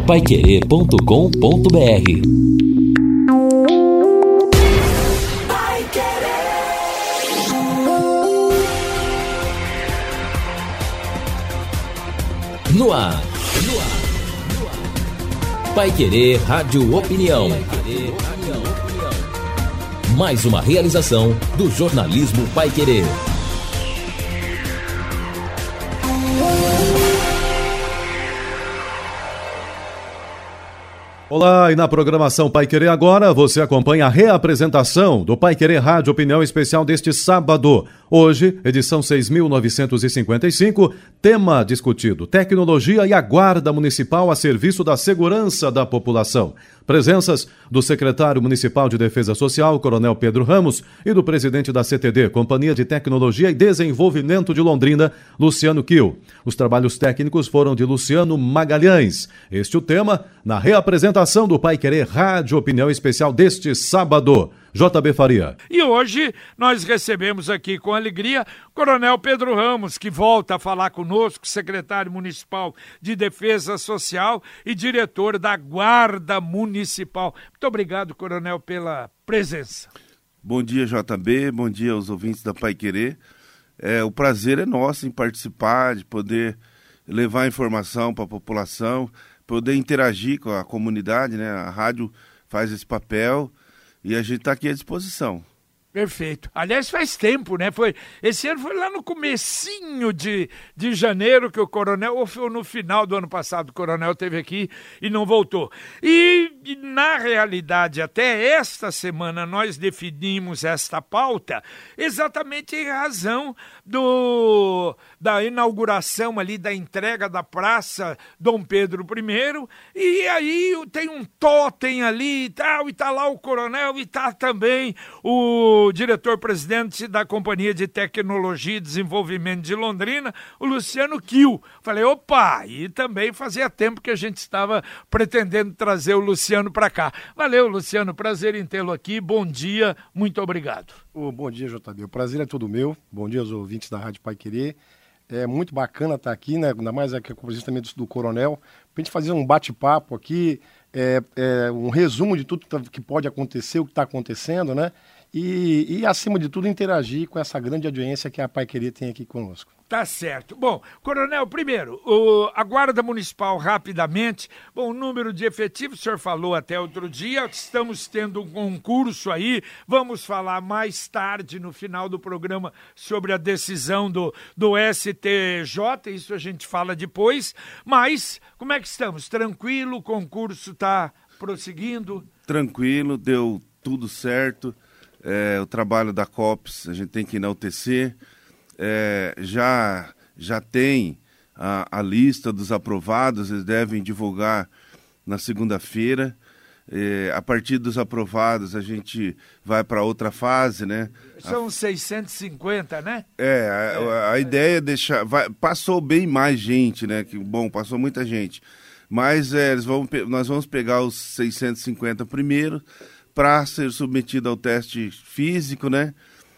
paiquerê.com.br. No ar. Paiquerê Rádio Opinião. Mais uma realização do jornalismo Paiquerê. Olá, e na programação Paiquerê agora você acompanha a reapresentação do Paiquerê Rádio Opinião Especial deste sábado. Hoje, edição 6.955, tema discutido: tecnologia e a Guarda Municipal a serviço da segurança da população. Presenças do secretário municipal de Defesa Social, Coronel Pedro Ramos, e do presidente da CTD, Companhia de Tecnologia e Desenvolvimento de Londrina, Luciano Kiel. Os trabalhos técnicos foram de Luciano Magalhães. Este o tema na reapresentação do Paiquerê Rádio Opinião Especial deste sábado. JB Faria. E hoje nós recebemos aqui com alegria Coronel Pedro Ramos, que volta a falar conosco, secretário municipal de Defesa Social e diretor da Guarda Municipal. Muito obrigado, Coronel, pela presença. Bom dia, JB, bom dia aos ouvintes da Paiquerê. O prazer é nosso em participar, de poder levar informação para a população, poder interagir com a comunidade, né? A rádio faz esse papel. E a gente está aqui à disposição. Perfeito. Aliás, faz tempo, né? Esse ano foi lá no comecinho de janeiro que o coronel, ou foi no final do ano passado, o coronel esteve aqui e não voltou. E na realidade, até esta semana, nós definimos esta pauta exatamente em razão da inauguração ali, da entrega da Praça Dom Pedro I, e aí tem um totem ali e tal, e tá lá o coronel, e tá também o diretor-presidente da Companhia de Tecnologia e Desenvolvimento de Londrina, o Luciano Kiel. Falei, opa, e também fazia tempo que a gente estava pretendendo trazer o Luciano para cá. Valeu, Luciano, prazer em tê-lo aqui, bom dia, muito obrigado. Bom dia, JB, o prazer é todo meu, bom dia aos ouvintes da Rádio Paiquerê. É muito bacana estar aqui, né? Ainda mais aqui com a presença também do Coronel, para a gente fazer um bate-papo aqui, um resumo de tudo que pode acontecer, o que está acontecendo, né? E, acima de tudo, interagir com essa grande audiência que a Paiquerê tem aqui conosco. Tá certo. Bom, Coronel, primeiro, a Guarda Municipal, rapidamente, o número de efetivos, o senhor falou até outro dia, estamos tendo um concurso aí, vamos falar mais tarde, no final do programa, sobre a decisão do STJ, isso a gente fala depois, mas como é que estamos? Tranquilo? O concurso está prosseguindo? Tranquilo, deu tudo certo. O trabalho da COPS a gente tem que enaltecer, já tem a lista dos aprovados, eles devem divulgar na segunda-feira. A partir dos aprovados a gente vai para outra fase, né? São 650, né? A ideia é deixar... passou bem mais gente, né? Passou muita gente, mas nós vamos pegar os 650 primeiro, para ser submetido ao teste físico, né?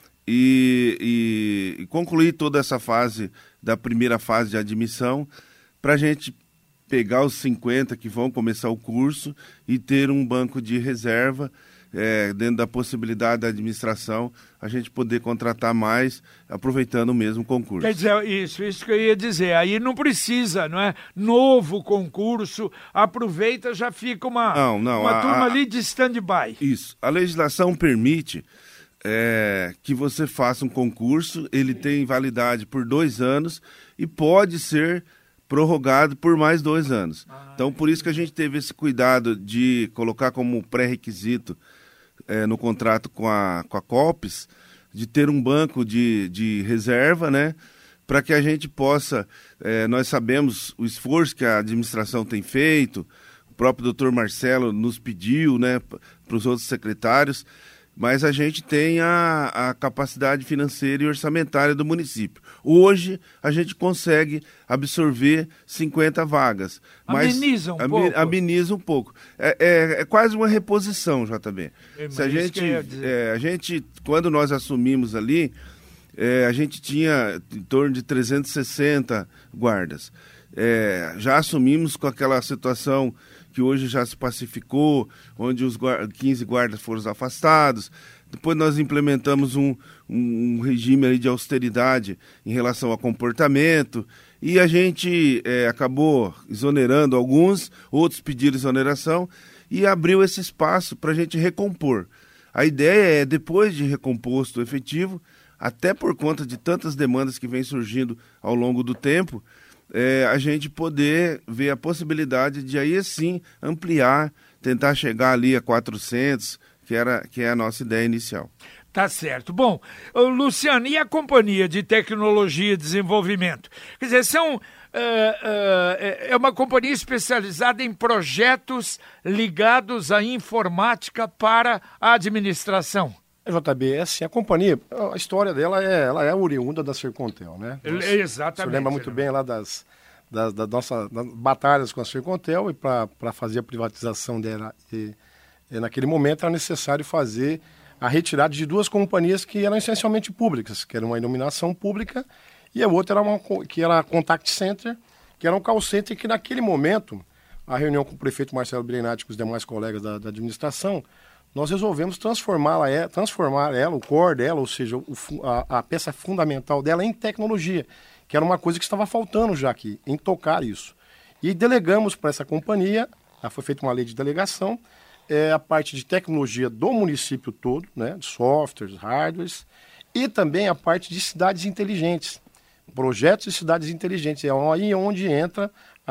E concluir toda essa fase, da primeira fase de admissão, para a gente pegar os 50 que vão começar o curso e ter um banco de reserva, dentro da possibilidade da administração, a gente poder contratar mais, aproveitando o mesmo concurso. Quer dizer, isso que eu ia dizer, aí não precisa, não é? Novo concurso, aproveita, já fica uma turma ali de stand-by. Isso, a legislação permite que você faça um concurso, ele tem validade por 2 anos e pode ser prorrogado por mais 2 anos. Então, por isso que a gente teve esse cuidado de colocar como pré-requisito no contrato com a COPS, de ter um banco de reserva, né? Para que a gente possa, nós sabemos o esforço que a administração tem feito, o próprio doutor Marcelo nos pediu, né, para os outros secretários, mas a gente tem a capacidade financeira e orçamentária do município. Hoje, a gente consegue absorver 50 vagas. Ameniza um pouco. Ameniza um pouco. É quase uma reposição, JB. Se a gente, quando nós assumimos ali, a gente tinha em torno de 360 guardas. Já assumimos com aquela situação que hoje já se pacificou, onde os 15 guardas foram afastados. Depois nós implementamos um regime ali de austeridade em relação ao comportamento, e a gente acabou exonerando alguns, outros pediram exoneração, e abriu esse espaço para a gente recompor. A ideia é, depois de recomposto o efetivo, até por conta de tantas demandas que vêm surgindo ao longo do tempo, a gente poder ver a possibilidade de aí sim ampliar, tentar chegar ali a 400, que é a nossa ideia inicial. Tá certo. Bom, Luciano, e a Companhia de Tecnologia e Desenvolvimento? Quer dizer, é uma companhia especializada em projetos ligados à informática para a administração. JB, assim, a companhia, a história dela ela é oriunda da Sercontel, né? Exatamente. Você lembra muito bem lá das nossas batalhas com a Sercontel, e para fazer a privatização dela, naquele momento era necessário fazer a retirada de duas companhias que eram essencialmente públicas, que era uma iluminação pública e a outra era a Contact Center, que era um call center que naquele momento, a reunião com o prefeito Marcelo Brenati e com os demais colegas da administração, nós resolvemos transformar ela, o core dela, ou seja, a peça fundamental dela em tecnologia, que era uma coisa que estava faltando já aqui, em tocar isso. E delegamos para essa companhia, foi feita uma lei de delegação, a parte de tecnologia do município todo, né, de softwares, hardwares, e também a parte de cidades inteligentes, projetos de cidades inteligentes. É aí onde entra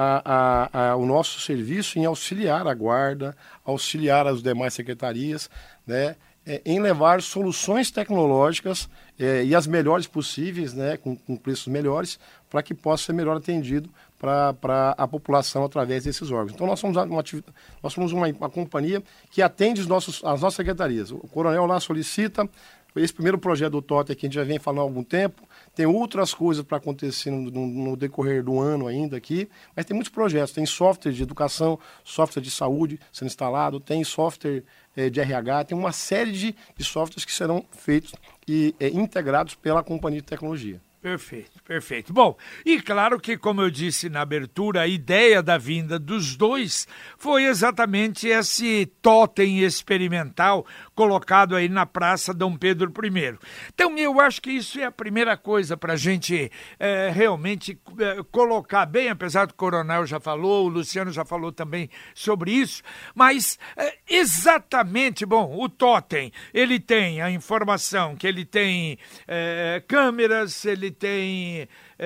o nosso serviço em auxiliar a guarda, auxiliar as demais secretarias, né, em levar soluções tecnológicas e as melhores possíveis, né, com preços melhores, para que possa ser melhor atendido para a população através desses órgãos. Então nós somos uma companhia que atende as nossas secretarias. O coronel lá solicita esse primeiro projeto do TOTE que a gente já vem falando há algum tempo. Tem outras coisas para acontecer no decorrer do ano ainda aqui, mas tem muitos projetos. Tem software de educação, software de saúde sendo instalado, tem software de RH, tem uma série de softwares que serão feitos e integrados pela companhia de tecnologia. Perfeito, perfeito. Bom, e claro que, como eu disse na abertura, a ideia da vinda dos dois foi exatamente esse totem experimental colocado aí na Praça Dom Pedro I. Então, eu acho que isso é a primeira coisa para a gente realmente colocar bem, apesar do Coronel já falou, o Luciano já falou também sobre isso, mas exatamente, bom, o totem, ele tem a informação que ele tem câmeras, ele tem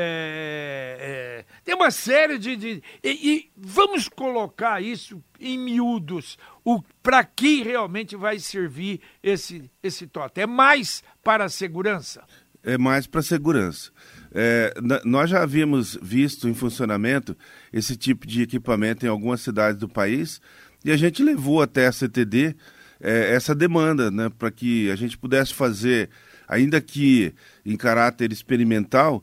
uma série e vamos colocar isso em miúdos, para que realmente vai servir esse totem? É mais para a segurança? É mais para a segurança. Nós já havíamos visto em funcionamento esse tipo de equipamento em algumas cidades do país, e a gente levou até a CTD essa demanda, né, para que a gente pudesse fazer, ainda que em caráter experimental,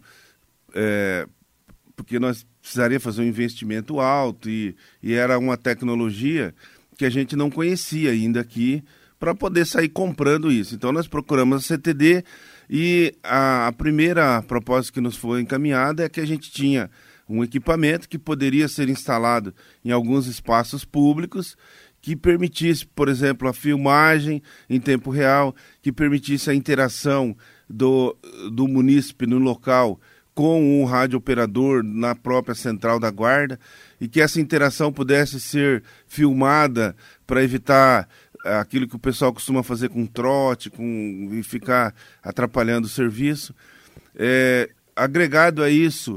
porque nós precisaríamos fazer um investimento alto e era uma tecnologia que a gente não conhecia ainda aqui para poder sair comprando isso. Então nós procuramos a CTD e a primeira proposta que nos foi encaminhada é que a gente tinha um equipamento que poderia ser instalado em alguns espaços públicos, que permitisse, por exemplo, a filmagem em tempo real, que permitisse a interação do munícipe no local com o radiooperador na própria central da guarda, e que essa interação pudesse ser filmada para evitar aquilo que o pessoal costuma fazer com trote, e ficar atrapalhando o serviço. Agregado a isso,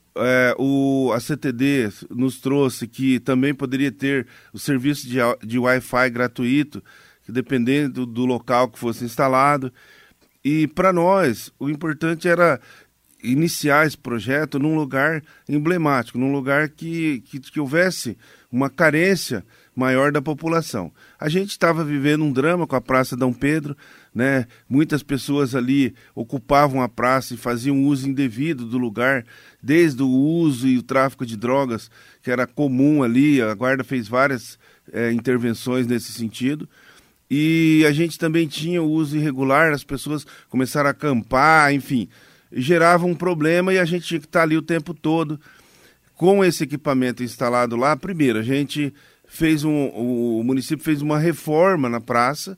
a CTD nos trouxe que também poderia ter o serviço de Wi-Fi gratuito, que dependendo do local que fosse instalado. E para nós, o importante era iniciar esse projeto num lugar emblemático, num lugar que houvesse uma carência maior da população. A gente estava vivendo um drama com a Praça Dom Pedro, né? Muitas pessoas ali ocupavam a praça e faziam uso indevido do lugar, desde o uso e o tráfico de drogas, que era comum ali. A guarda fez várias intervenções nesse sentido. E a gente também tinha o uso irregular, as pessoas começaram a acampar, enfim, gerava um problema, e a gente tinha que estar ali o tempo todo com esse equipamento instalado lá. Primeiro, a gente o município fez uma reforma na praça,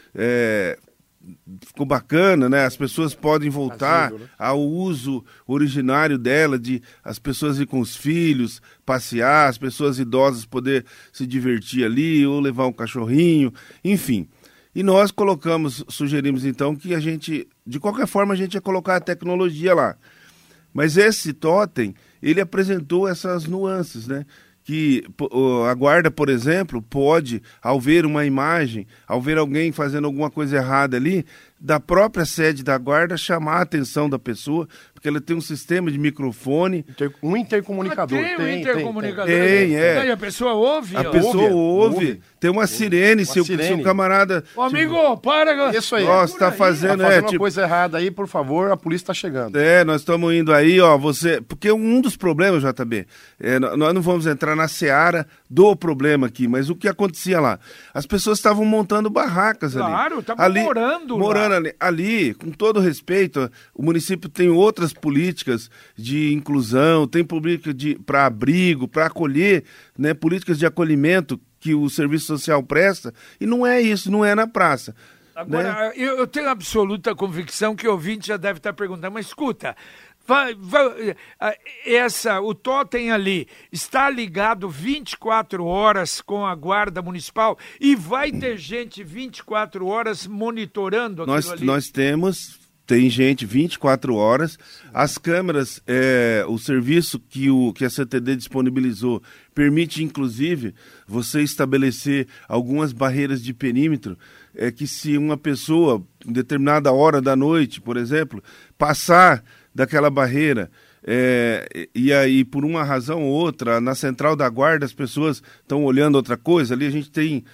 ficou bacana, né? As pessoas podem voltar ao uso originário dela, de as pessoas ir com os filhos, passear, as pessoas idosas poder se divertir ali, ou levar um cachorrinho, enfim. E nós sugerimos então que de qualquer forma a gente ia colocar a tecnologia lá. Mas esse totem, ele apresentou essas nuances, né? Que a guarda, por exemplo, pode, ao ver uma imagem, ao ver alguém fazendo alguma coisa errada ali, da própria sede da guarda, chamar a atenção da pessoa, porque ela tem um sistema de microfone. Um intercomunicador. Tem intercomunicador. Tem. E a pessoa ouve? A pessoa ouve. Tem uma sirene, seu camarada... Ô, amigo, para! Isso aí. Nossa, tá fazendo... uma coisa errada aí, por favor, a polícia tá chegando. Nós estamos indo aí, ó, porque um dos problemas, JB, nós não vamos entrar na seara do problema aqui, mas o que acontecia lá? As pessoas estavam montando barracas ali. Claro, estavam morando lá. Ali, com todo respeito, o município tem outras políticas de inclusão, tem política para abrigo, para acolher, né, políticas de acolhimento que o serviço social presta, e não é isso, não é na praça. Agora, né? Eu tenho absoluta convicção que o ouvinte já deve estar perguntando, mas escuta, o totem ali está ligado 24 horas com a guarda municipal e vai ter gente 24 horas monitorando aquilo ali? Tem gente 24 horas, as câmeras, o serviço que a CTD disponibilizou permite, inclusive, você estabelecer algumas barreiras de perímetro, que se uma pessoa, em determinada hora da noite, por exemplo, passar daquela barreira, e aí por uma razão ou outra, na central da guarda as pessoas estão olhando outra coisa, ali a gente tem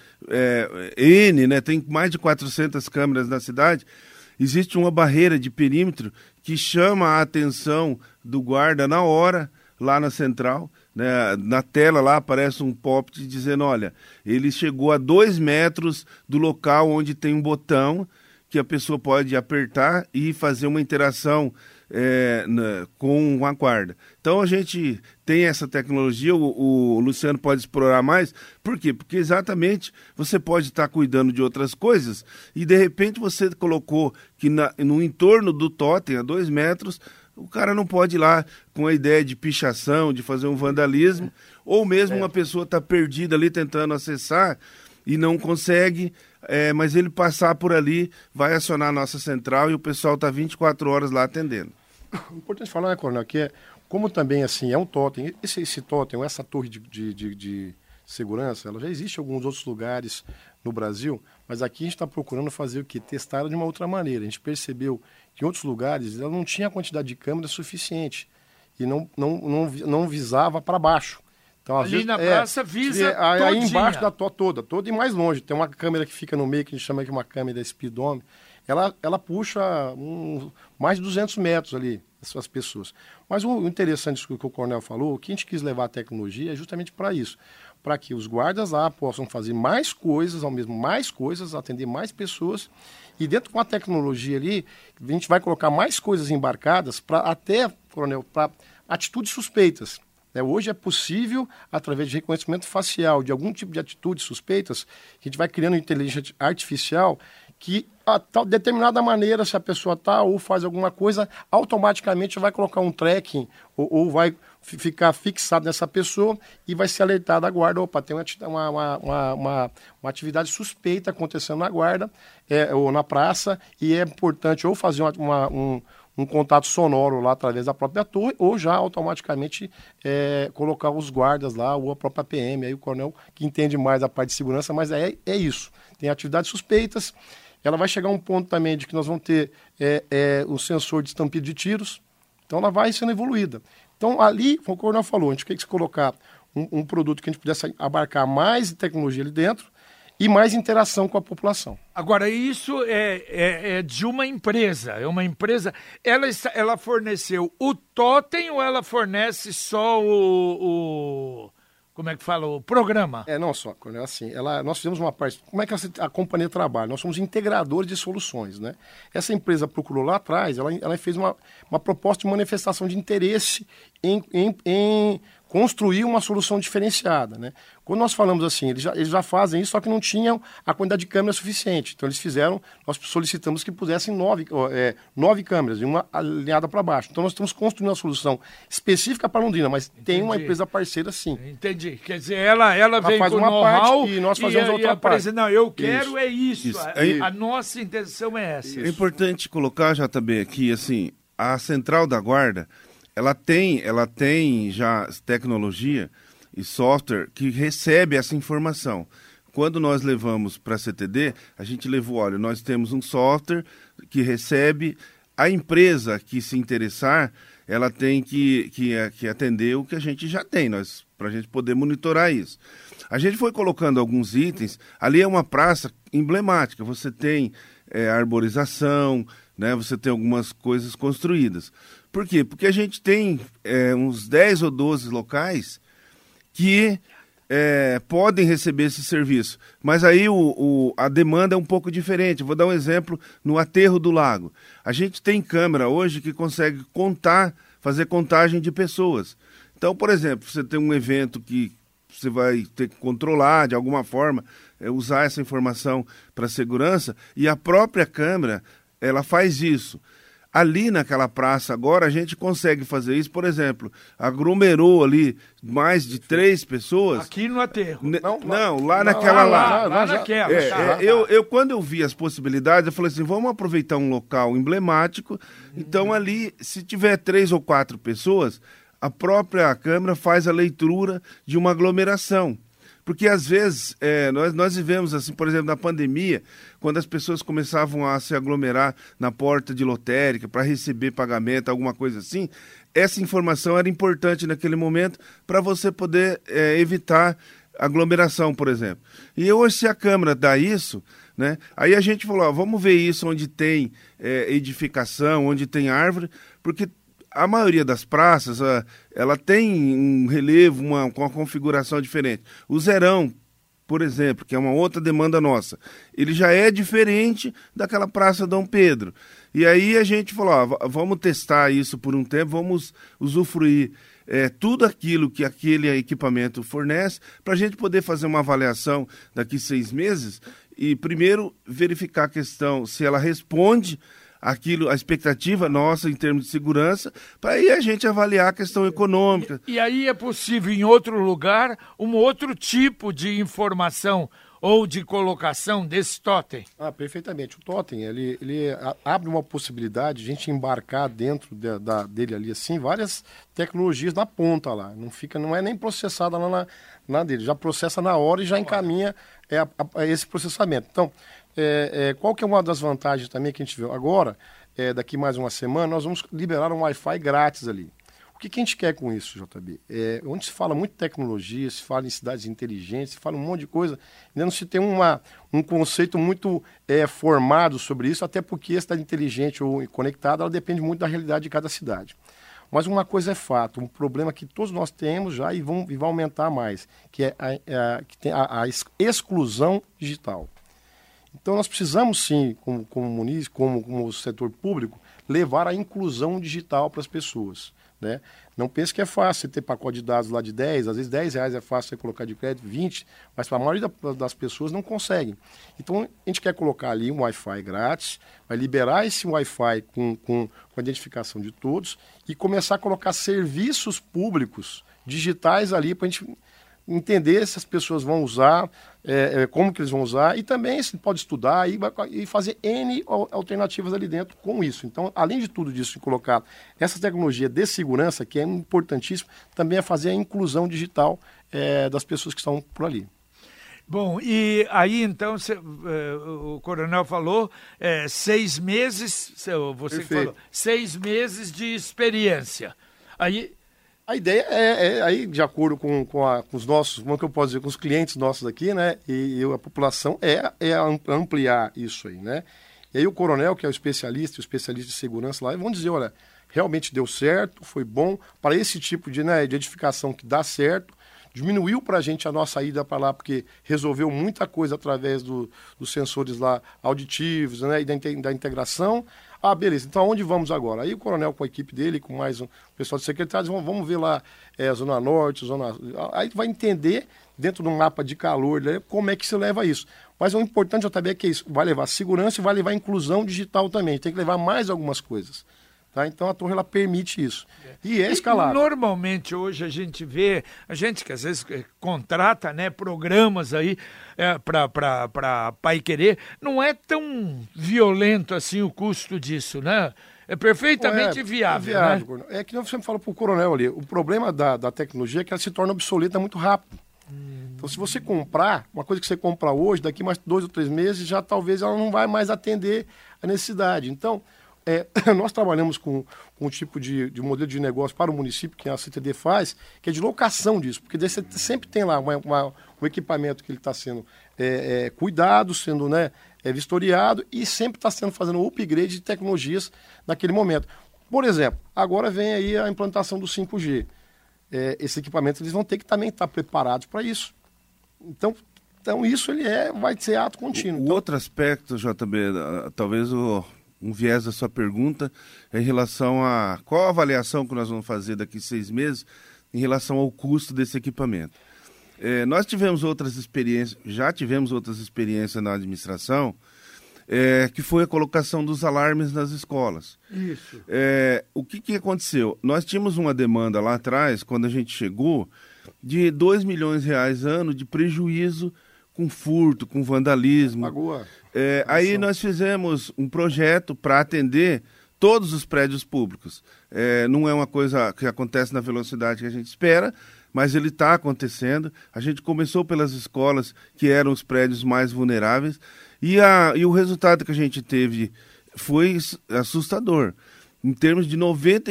tem mais de 400 câmeras na cidade, existe uma barreira de perímetro que chama a atenção do guarda na hora, lá na central, né? Na tela lá aparece um pop-up dizendo, olha, ele chegou a 2 metros do local onde tem um botão que a pessoa pode apertar e fazer uma interação com a guarda. Então a gente tem essa tecnologia, o Luciano pode explorar mais. Por quê? Porque exatamente você pode estar cuidando de outras coisas e de repente você colocou que no entorno do totem, a 2 metros, o cara não pode ir lá com a ideia de pichação, de fazer um vandalismo, ou mesmo uma pessoa está perdida ali tentando acessar e não consegue, mas ele passar por ali, vai acionar a nossa central e o pessoal está 24 horas lá atendendo. Importante falar, né, Coronel, que como também assim, é um totem, esse totem, essa torre de segurança, ela já existe em alguns outros lugares no Brasil, mas aqui a gente está procurando fazer o quê? Testar ela de uma outra maneira. A gente percebeu que em outros lugares ela não tinha a quantidade de câmeras suficiente e não visava para baixo. Então, às vezes, na praça visa aí embaixo da toda e mais longe. Tem uma câmera que fica no meio, que a gente chama de uma câmera speedometer. Ela puxa mais de 200 metros ali, as pessoas. Mas o interessante que o Coronel falou, o que a gente quis levar a tecnologia é justamente para isso. Para que os guardas lá possam fazer mais coisas, atender mais pessoas. E dentro com a tecnologia ali, a gente vai colocar mais coisas embarcadas para até, Coronel, para atitudes suspeitas. Hoje é possível, através de reconhecimento facial, de algum tipo de atitudes suspeitas, que a gente vai criando inteligência artificial que, a determinada maneira, se a pessoa está ou faz alguma coisa, automaticamente vai colocar um tracking ou vai ficar fixado nessa pessoa e vai ser alertado a guarda, opa, tem uma atividade suspeita acontecendo na guarda ou na praça e é importante ou fazer um contato sonoro lá através da própria torre ou já automaticamente colocar os guardas lá ou a própria PM, aí o coronel que entende mais a parte de segurança, mas é isso. Tem atividades suspeitas, ela vai chegar a um ponto também de que nós vamos ter o sensor de estampido de tiros, então ela vai sendo evoluída. Então ali, como o coronel falou, a gente quer colocar um produto que a gente pudesse abarcar mais tecnologia ali dentro e mais interação com a população. Agora, isso é de uma empresa. É uma empresa. Ela forneceu o totem ou ela fornece só como é que fala? O programa? Não só, Coronel, assim, nós fizemos uma parte... Como é que a companhia trabalha? Nós somos integradores de soluções, né? Essa empresa procurou lá atrás, ela fez uma proposta de manifestação de interesse em construir uma solução diferenciada, né? Quando nós falamos assim, eles já fazem isso, só que não tinham a quantidade de câmeras suficiente. Então nós solicitamos que pusessem 9 câmeras, e uma alinhada para baixo. Então nós estamos construindo uma solução específica para Londrina, mas tem uma empresa parceira sim. Entendi. Quer dizer, ela vem faz com uma know-how parte e nós fazemos outra parte. Não, eu quero isso. Isso. A nossa intenção é essa. É importante colocar, JB, aqui, assim, a Central da Guarda, ela tem já tecnologia e software que recebe essa informação. Quando nós levamos para a CTD, a gente levou, olha, nós temos um software que recebe, a empresa que se interessar, ela tem que atender o que a gente já tem, para a gente poder monitorar isso. A gente foi colocando alguns itens, ali é uma praça emblemática, você tem arborização, né, você tem algumas coisas construídas. Por quê? Porque a gente tem uns 10 ou 12 locais que podem receber esse serviço. Mas aí a demanda é um pouco diferente. Vou dar um exemplo no Aterro do Lago. A gente tem câmera hoje que consegue fazer contagem de pessoas. Então, por exemplo, você tem um evento que você vai ter que controlar de alguma forma, usar essa informação para segurança, e a própria câmera, ela faz isso. Ali naquela praça agora a gente consegue fazer isso, por exemplo, aglomerou ali mais de 3 pessoas. Aqui no Aterro. Lá naquela lá. Lá naquela. Eu quando eu vi as possibilidades, eu falei assim, vamos aproveitar um local emblemático, então ali, se tiver 3 ou 4 pessoas, a própria câmera faz a leitura de uma aglomeração. Porque, às vezes, nós vivemos, assim, por exemplo, na pandemia, quando as pessoas começavam a se aglomerar na porta de lotérica para receber pagamento, alguma coisa assim, essa informação era importante naquele momento para você poder evitar aglomeração, por exemplo. E hoje, se a câmera dá isso, né, aí a gente falou, vamos ver isso onde tem edificação, onde tem árvore, porque a maioria das praças, ela tem um relevo, com uma configuração diferente. O Zerão, por exemplo, que é uma outra demanda nossa, ele já é diferente daquela Praça Dom Pedro. E aí a gente falou, vamos testar isso por um tempo, vamos usufruir tudo aquilo que aquele equipamento fornece, para a gente poder fazer uma avaliação daqui 6 meses e primeiro verificar a questão, se ela responde a expectativa nossa em termos de segurança, para aí a gente avaliar a questão econômica. E aí é possível, em outro lugar, um outro tipo de informação ou de colocação desse totem? Perfeitamente. O totem, ele abre uma possibilidade de a gente embarcar dentro dele ali, assim, várias tecnologias na ponta lá. Não é nem processada lá na dele. Já processa na hora e já encaminha esse processamento. Então, qual que é uma das vantagens também que a gente viu? Agora, daqui mais uma semana, nós vamos liberar um Wi-Fi grátis ali. O que a gente quer com isso, JB? Onde se fala muito de tecnologia, se fala em cidades inteligentes, se fala um monte de coisa, ainda não se tem um conceito muito formado sobre isso, até porque a cidade inteligente ou conectada, ela depende muito da realidade de cada cidade. Mas uma coisa é fato, um problema que todos nós temos já e vai aumentar mais, que é a exclusão digital. Então nós precisamos sim, como setor público, levar a inclusão digital para as pessoas. Né? Não pense que é fácil você ter pacote de dados lá de 10, às vezes R$10 é fácil você colocar de crédito, 20, mas para a maioria das pessoas não conseguem. Então a gente quer colocar ali um Wi-Fi grátis, vai liberar esse Wi-Fi com a identificação de todos e começar a colocar serviços públicos digitais ali para a gente entender se as pessoas vão usar, como que eles vão usar, e também se pode estudar e fazer N alternativas ali dentro com isso. Então, além de tudo disso, de colocar essa tecnologia de segurança, que é importantíssimo, também é fazer a inclusão digital das pessoas que estão por ali. Bom, e aí então, o coronel falou, 6 meses, você que falou, 6 meses de experiência. Aí... A ideia aí, de acordo com os nossos, como é que eu posso dizer, com os clientes nossos aqui, né, e a população, ampliar isso aí, né. E aí o coronel, que é o especialista de segurança lá, vão dizer, olha, realmente deu certo, foi bom, para esse tipo de edificação que dá certo, diminuiu para a gente a nossa ida para lá, porque resolveu muita coisa através dos sensores lá auditivos, né, e da integração. Ah, beleza, então aonde vamos agora? Aí o coronel com a equipe dele, com mais um pessoal de secretários, vamos ver lá Zona Norte, Zona... Aí vai entender, dentro do mapa de calor, né, como é que se leva isso. Mas o importante, JB, é que isso vai levar segurança e vai levar inclusão digital também. Tem que levar mais algumas coisas. Tá? Então a torre ela permite isso. E é escalável. Normalmente hoje a gente vê, a gente que às vezes contrata, né, programas aí para Paiquerê, não é tão violento assim o custo disso, né? É perfeitamente viável. É viável, né? É que eu sempre falo para o coronel ali, o problema da tecnologia é que ela se torna obsoleta muito rápido. Então, se você comprar, uma coisa que você compra hoje, daqui mais 2 ou 3 meses, já talvez ela não vai mais atender a necessidade. Então, nós trabalhamos com um tipo de modelo de negócio para o município, que a CTD faz, que é de locação disso, porque você sempre tem lá um equipamento que ele está sendo cuidado, sendo vistoriado e sempre está sendo fazendo upgrade de tecnologias naquele momento. Por exemplo, agora vem aí a implantação do 5G. Esses equipamentos eles vão ter que também estar preparados para isso. Então isso vai ser ato contínuo. O outro aspecto, JB, talvez um viés da sua pergunta é em relação a qual a avaliação que nós vamos fazer daqui a 6 meses em relação ao custo desse equipamento. Nós já tivemos outras experiências na administração, que foi a colocação dos alarmes nas escolas. Isso. O que aconteceu? Nós tínhamos uma demanda lá atrás, quando a gente chegou, de R$2 milhões ano de prejuízo com furto, com vandalismo. Lagoa. Aí nós fizemos um projeto para atender todos os prédios públicos. Não é uma coisa que acontece na velocidade que a gente espera, mas ele está acontecendo. A gente começou pelas escolas, que eram os prédios mais vulneráveis, e o resultado que a gente teve foi assustador, em termos de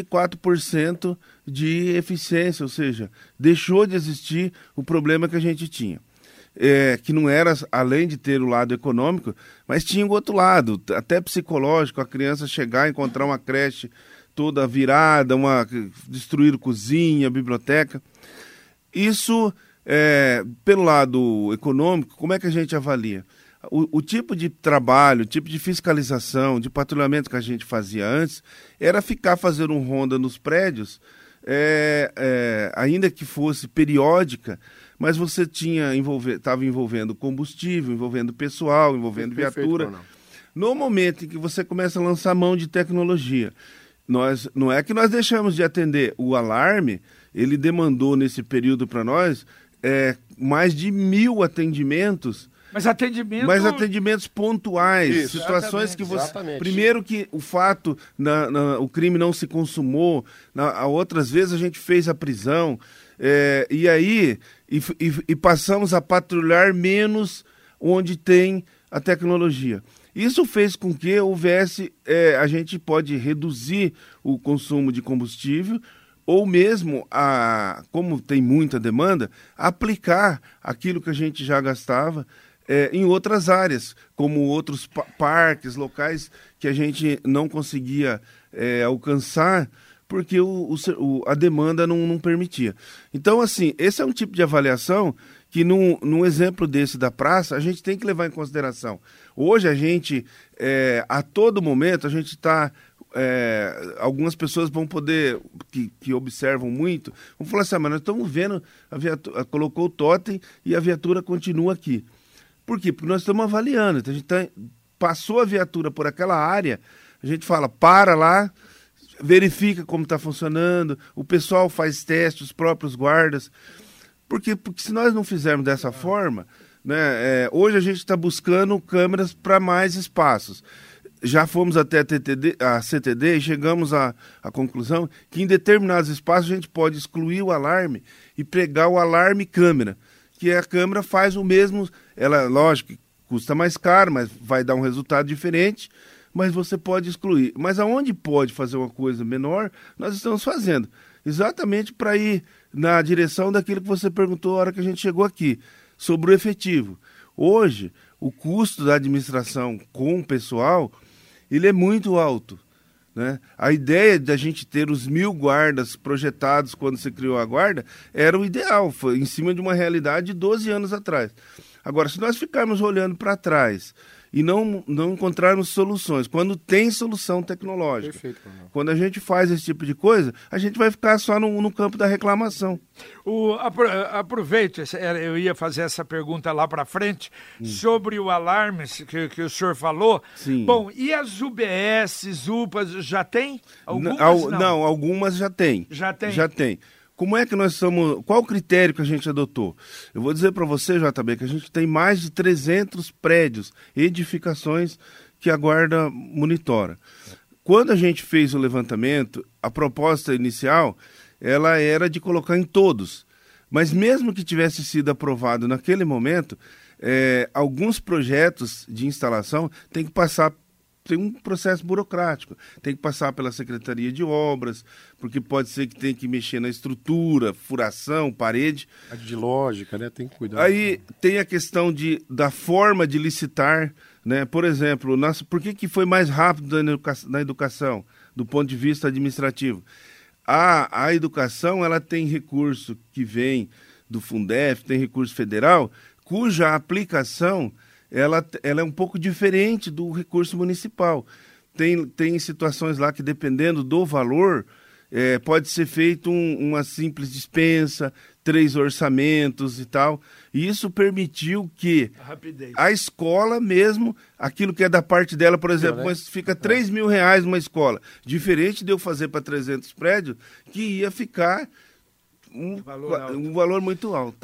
94% de eficiência, ou seja, deixou de existir o problema que a gente tinha. Que não era, além de ter o lado econômico, mas tinha o outro lado, até psicológico, a criança chegar e encontrar uma creche toda virada, destruir cozinha, biblioteca. Isso, pelo lado econômico, como é que a gente avalia? O tipo de trabalho, o tipo de fiscalização, de patrulhamento que a gente fazia antes, era ficar fazendo um ronda nos prédios, ainda que fosse periódica, mas você estava envolvendo combustível, envolvendo pessoal, envolvendo viatura. No momento em que você começa a lançar mão de tecnologia, não é que nós deixamos de atender. O alarme, ele demandou nesse período para nós mais de 1.000 atendimentos. Mas atendimentos pontuais, isso, situações que você... Exatamente. Primeiro que o fato, o crime não se consumou, outras vezes a gente fez a prisão, e aí passamos a patrulhar menos onde tem a tecnologia. Isso fez com que houvesse, a gente pode reduzir o consumo de combustível, ou mesmo, como tem muita demanda, aplicar aquilo que a gente já gastava em outras áreas, como outros parques, locais que a gente não conseguia alcançar, porque a demanda não permitia. Então, assim, esse é um tipo de avaliação que num exemplo desse da praça, a gente tem que levar em consideração. Hoje a gente, a todo momento, a gente está... algumas pessoas vão poder, que observam muito, vão falar assim, mas nós estamos vendo, a viatura colocou o totem e a viatura continua aqui. Por quê? Porque nós estamos avaliando. Então a gente passou a viatura por aquela área, a gente fala, para lá, verifica como está funcionando, o pessoal faz testes, os próprios guardas. Porque se nós não fizermos dessa forma, né, hoje a gente está buscando câmeras para mais espaços. Já fomos até a CTD e chegamos à conclusão que em determinados espaços a gente pode excluir o alarme e pregar o alarme câmera, que a câmera faz o mesmo, ela, lógico, custa mais caro, mas vai dar um resultado diferente, mas você pode excluir. Mas aonde pode fazer uma coisa menor, nós estamos fazendo, exatamente para ir na direção daquilo que você perguntou na hora que a gente chegou aqui, sobre o efetivo. Hoje, o custo da administração com o pessoal, ele é muito alto, né? A ideia de a gente ter os 1.000 guardas projetados quando se criou a guarda era o ideal, foi em cima de uma realidade de 12 anos atrás. Agora, se nós ficarmos olhando para trás e não encontrarmos soluções, quando tem solução tecnológica. Perfeito, Coronel. Quando a gente faz esse tipo de coisa, a gente vai ficar só no campo da reclamação. Aproveite, eu ia fazer essa pergunta lá para frente, sobre o alarme que o senhor falou. Sim. Bom, e as UBS, UPAs, já tem? Algumas Não, algumas já tem. Já tem? Já tem. Como é que nós somos... Qual o critério que a gente adotou? Eu vou dizer para você, JB, que a gente tem mais de 300 prédios, edificações que a Guarda monitora. Quando a gente fez o levantamento, a proposta inicial, ela era de colocar em todos. Mas mesmo que tivesse sido aprovado naquele momento, alguns projetos de instalação têm que passar... Tem um processo burocrático, tem que passar pela Secretaria de Obras, porque pode ser que tenha que mexer na estrutura, furação, parede. De lógica, né? Tem que cuidar. Aí tem a questão da forma de licitar, né? Por exemplo, por que foi mais rápido na educação, do ponto de vista administrativo? A educação, ela tem recurso que vem do Fundef, tem recurso federal, cuja aplicação... Ela é um pouco diferente do recurso municipal. Tem situações lá que, dependendo do valor, pode ser feito uma simples dispensa, 3 orçamentos e tal. E isso permitiu que a escola mesmo, aquilo que é da parte dela, por exemplo, mas fica R$3.000 numa escola. Diferente de eu fazer para 300 prédios, que ia ficar... Um valor muito alto.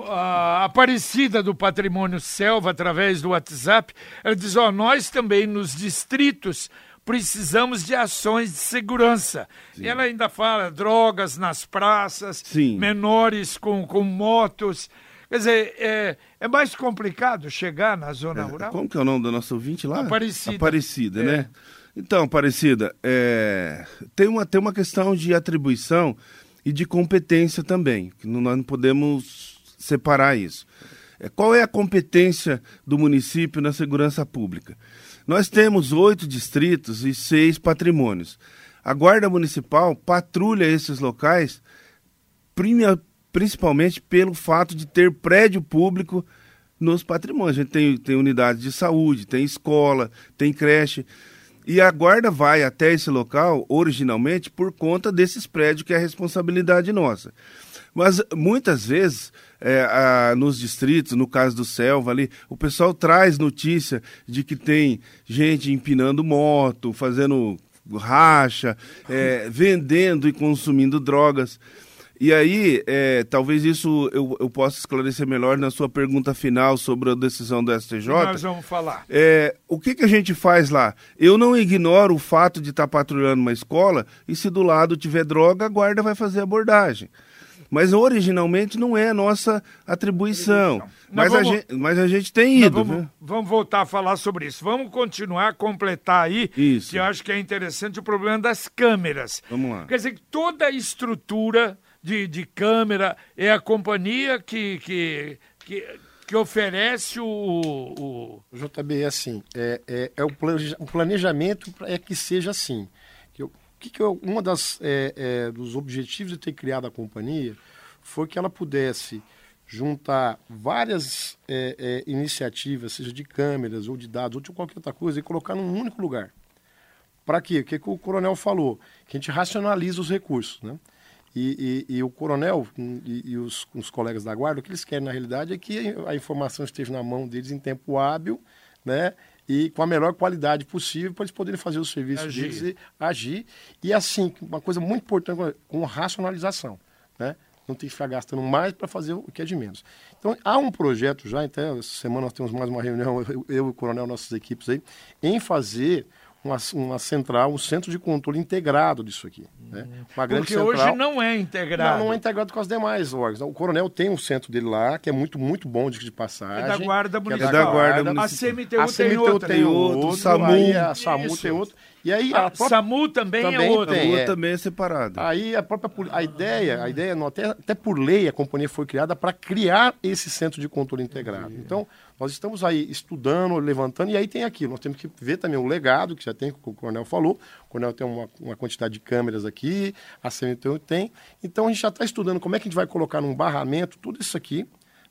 A Aparecida do Patrimônio Selva, através do WhatsApp, ela diz, nós também nos distritos precisamos de ações de segurança. E ela ainda fala drogas nas praças, menores com motos. Quer dizer, é mais complicado chegar na zona rural? Como que é o nome do nosso ouvinte lá? Aparecida. Né? Então, Aparecida, tem uma questão de atribuição e de competência também, que nós não podemos separar isso. Qual é a competência do município na segurança pública? Nós temos 8 distritos e 6 patrimônios. A Guarda Municipal patrulha esses locais, principalmente pelo fato de ter prédio público nos patrimônios. A gente tem unidades de saúde, tem escola, tem creche... E a guarda vai até esse local, originalmente, por conta desses prédios, que é a responsabilidade nossa. Mas, muitas vezes, nos distritos, no caso do Selva ali, o pessoal traz notícia de que tem gente empinando moto, fazendo racha, vendendo e consumindo drogas. E aí, talvez isso eu possa esclarecer melhor na sua pergunta final sobre a decisão do STJ. Nós vamos falar. O que a gente faz lá? Eu não ignoro o fato de estar patrulhando uma escola e se do lado tiver droga, a guarda vai fazer abordagem. Mas originalmente não é a nossa atribuição. Mas a gente tem ido. Vamos voltar a falar sobre isso. Vamos continuar a completar aí, isso. Que eu acho que é interessante, o problema das câmeras. Vamos lá. Quer dizer, toda a estrutura de câmera é a companhia que oferece o... JB, é assim, o planejamento é que seja assim. Uma dos objetivos de ter criado a companhia foi que ela pudesse juntar várias iniciativas, seja de câmeras ou de dados ou de qualquer outra coisa, e colocar num único lugar. Para quê? O que o coronel falou? Que a gente racionaliza os recursos, né? E o coronel e os colegas da guarda, o que eles querem, na realidade, é que a informação esteja na mão deles em tempo hábil, né? E com a melhor qualidade possível, para eles poderem fazer o serviço deles e agir. E assim, uma coisa muito importante, com racionalização, né? Não tem que ficar gastando mais para fazer o que é de menos. Então, há um projeto já, então, essa semana nós temos mais uma reunião, eu e o coronel, nossas equipes aí, em fazer uma central, um centro de controle integrado disso aqui. Né? Uma grande Porque central, hoje não é integrado. Não é integrado com as demais órgãos. O coronel tem um centro dele lá, que é muito, muito bom de passagem. É da Guarda Municipal. É da Guarda Municipal. A CMTU tem outro. O SAMU. Aí a SAMU tem outro. E aí a própria... SAMU também é outro. A SAMU também é separado. Aí a ideia até por lei, a companhia foi criada para criar esse centro de controle integrado. Então, nós estamos aí estudando, levantando, e aí tem aquilo. Nós temos que ver também o legado, que já tem, que o coronel falou. O coronel tem uma quantidade de câmeras aqui, a CMTU tem. Então, a gente já está estudando como é que a gente vai colocar num barramento tudo isso aqui,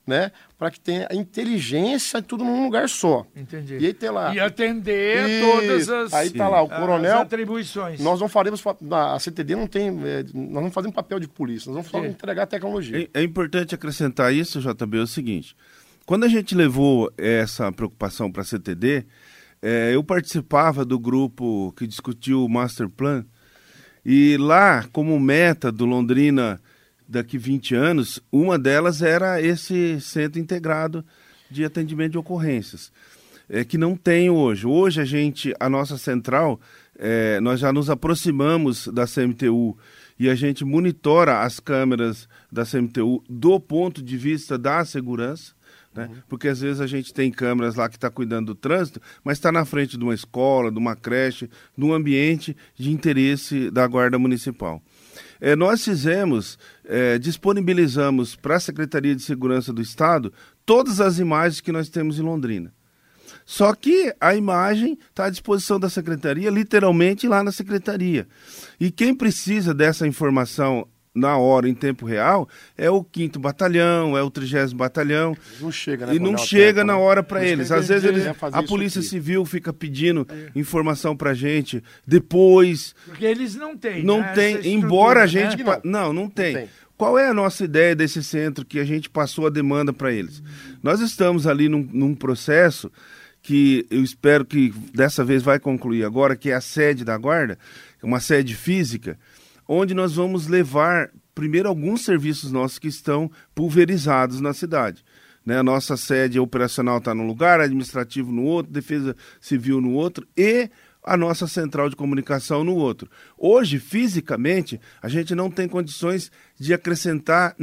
né? Para que tenha a inteligência tudo num lugar só. Entendi. E aí tem lá... E atender todas as, aí tá lá, o coronel... as atribuições. Nós não faremos... A CTD não tem... nós não fazemos papel de polícia, nós vamos só entregar a tecnologia. É importante acrescentar isso, JB, é o seguinte. Quando a gente levou essa preocupação para a CTD, eu participava do grupo que discutiu o Master Plan, e lá, como meta do Londrina daqui 20 anos, uma delas era esse centro integrado de atendimento de ocorrências, que não tem hoje. Hoje a nossa central, nós já nos aproximamos da CMTU e a gente monitora as câmeras da CMTU do ponto de vista da segurança, né? Porque às vezes a gente tem câmeras lá que está cuidando do trânsito, mas está na frente de uma escola, de uma creche, de um ambiente de interesse da Guarda Municipal. Nós disponibilizamos para a Secretaria de Segurança do Estado todas as imagens que nós temos em Londrina. Só que a imagem está à disposição da Secretaria, literalmente lá na Secretaria. E quem precisa dessa informação na hora, em tempo real, é o 5º Batalhão, é o 30º Batalhão. Não chega, né, e não chega na hora para eles. Às vezes a Polícia Civil fica pedindo informação para a gente depois. Porque eles não têm. Não tem, embora a gente... Né? Não tem. Qual é a nossa ideia desse centro que a gente passou a demanda para eles? Nós estamos ali num processo que eu espero que dessa vez vai concluir agora, que é a sede da Guarda, uma sede física, onde nós vamos levar, primeiro, alguns serviços nossos que estão pulverizados na cidade. Né? A nossa sede operacional está num lugar, administrativo no outro, defesa civil no outro e a nossa central de comunicação no outro. Hoje, fisicamente, a gente não tem condições de acrescentar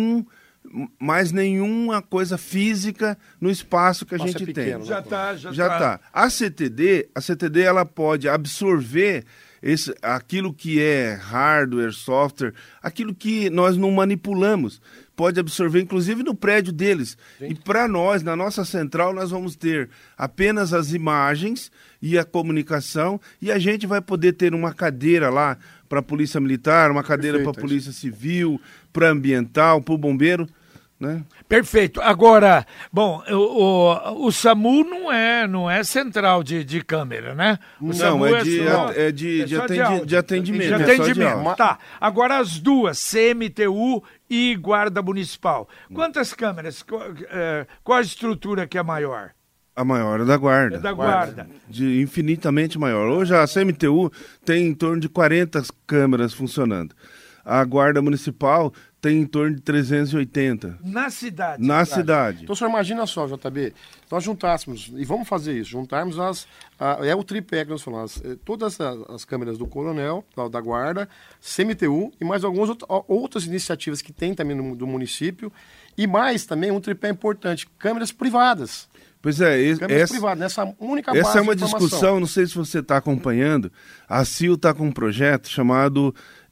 mais nenhuma coisa física no espaço que a gente tem. Já está. A CTD ela pode absorver aquilo que é hardware, software, aquilo que nós não manipulamos, pode absorver inclusive no prédio deles. Sim. E para nós, na nossa central, nós vamos ter apenas as imagens e a comunicação, e a gente vai poder ter uma cadeira lá para a Polícia Militar, uma cadeira para a Polícia Civil, para a Ambiental, para o Bombeiro. Né? Perfeito. Agora, bom, o SAMU não é central de câmera, né? O SAMU é de atendimento. Tá. Agora as duas, CMTU e Guarda Municipal. Quantas câmeras? Qual a estrutura que é maior? A maior é da Guarda. É da Guarda. Infinitamente maior. Hoje a CMTU tem em torno de 40 câmeras funcionando. A Guarda Municipal tem em torno de 380. Na cidade? Na cidade. Então, só imagina só, JB, nós juntássemos, e vamos fazer isso, juntarmos o tripé que nós falamos, todas as câmeras do Coronel, da Guarda, CMTU e mais algumas outras iniciativas que tem também do município, e mais também um tripé importante, câmeras privadas. Pois é, câmeras privadas, nessa única base essa é uma de informação. discussão, não sei se você está acompanhando, a CIL está com um projeto chamado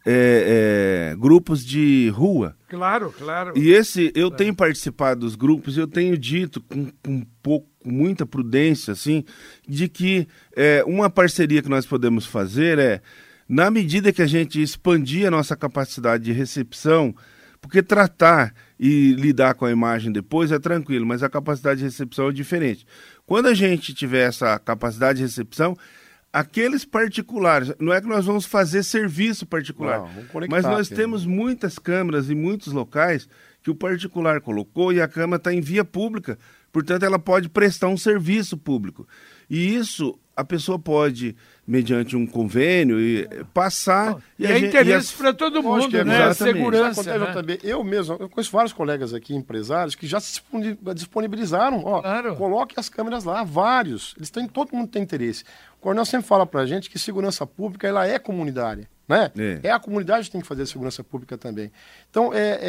grupos de rua. Claro. E eu tenho participado dos grupos, eu tenho dito com muita prudência, assim, de que uma parceria que nós podemos fazer na medida que a gente expandir a nossa capacidade de recepção, porque tratar e lidar com a imagem depois é tranquilo, mas a capacidade de recepção é diferente. Quando a gente tiver essa capacidade de recepção, aqueles particulares, não é que nós vamos fazer serviço particular, mas nós temos muitas câmeras em muitos locais que o particular colocou e a câmera está em via pública, portanto ela pode prestar um serviço público. E isso a pessoa pode, mediante um convênio, passar... E é interesse para todo mundo, né? A segurança. Eu conheço vários colegas aqui, empresários, que já se disponibilizaram. Claro. Coloque as câmeras lá, vários. Todo mundo tem interesse. O Coronel sempre fala para a gente que segurança pública ela é comunitária. Né? É a comunidade que tem que fazer a segurança pública também. Então,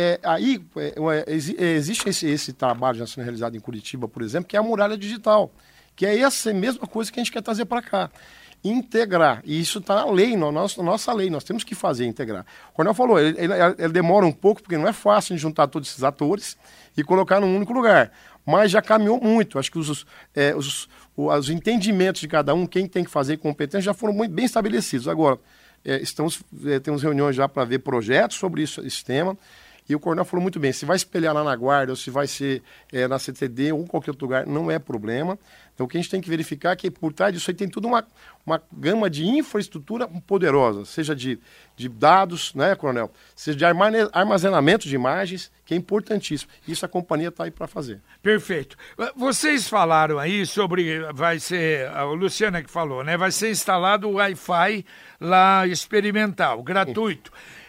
existe esse trabalho já sendo realizado em Curitiba, por exemplo, que é a muralha digital, que é essa mesma coisa que a gente quer trazer para cá. Integrar. E isso está na lei, na nossa lei. Nós temos que fazer, integrar. O Coronel falou, ele demora um pouco, porque não é fácil de juntar todos esses atores e colocar num único lugar. Mas já caminhou muito. Acho que os entendimentos de cada um, quem tem que fazer competência, já foram muito bem estabelecidos. Agora, temos reuniões já para ver projetos sobre esse tema. E o Coronel falou muito bem, se vai espelhar lá na Guarda ou se vai ser na CTD ou em qualquer outro lugar, não é problema. Então o que a gente tem que verificar é que por trás disso aí tem toda uma gama de infraestrutura poderosa, seja de dados, né, Coronel? Seja de armazenamento de imagens, que é importantíssimo. Isso a companhia está aí para fazer. Perfeito. Vocês falaram aí sobre, vai ser, a Luciana que falou, né? Vai ser instalado o Wi-Fi lá experimental, gratuito.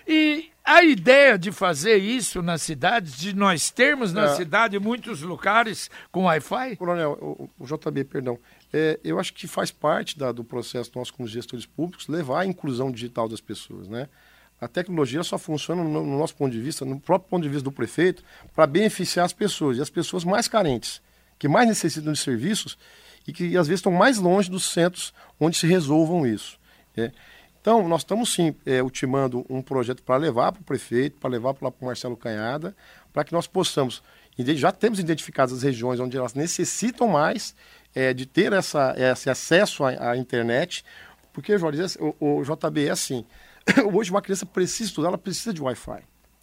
E a ideia de fazer isso na cidade, de nós termos na cidade muitos lugares com Wi-Fi? Coronel, o JB, perdão, eu acho que faz parte do processo nosso como gestores públicos levar a inclusão digital das pessoas, né? A tecnologia só funciona, no nosso ponto de vista, no próprio ponto de vista do prefeito, para beneficiar as pessoas, e as pessoas mais carentes, que mais necessitam de serviços e que às vezes estão mais longe dos centros onde se resolvam isso. Então, nós estamos sim ultimando um projeto para levar para o prefeito, para levar para o Marcelo Canhada, para que nós possamos, já temos identificadas as regiões onde elas necessitam mais de ter esse acesso à internet, porque, Jorge, o JB é assim, hoje uma criança precisa estudar, ela precisa de Wi-Fi,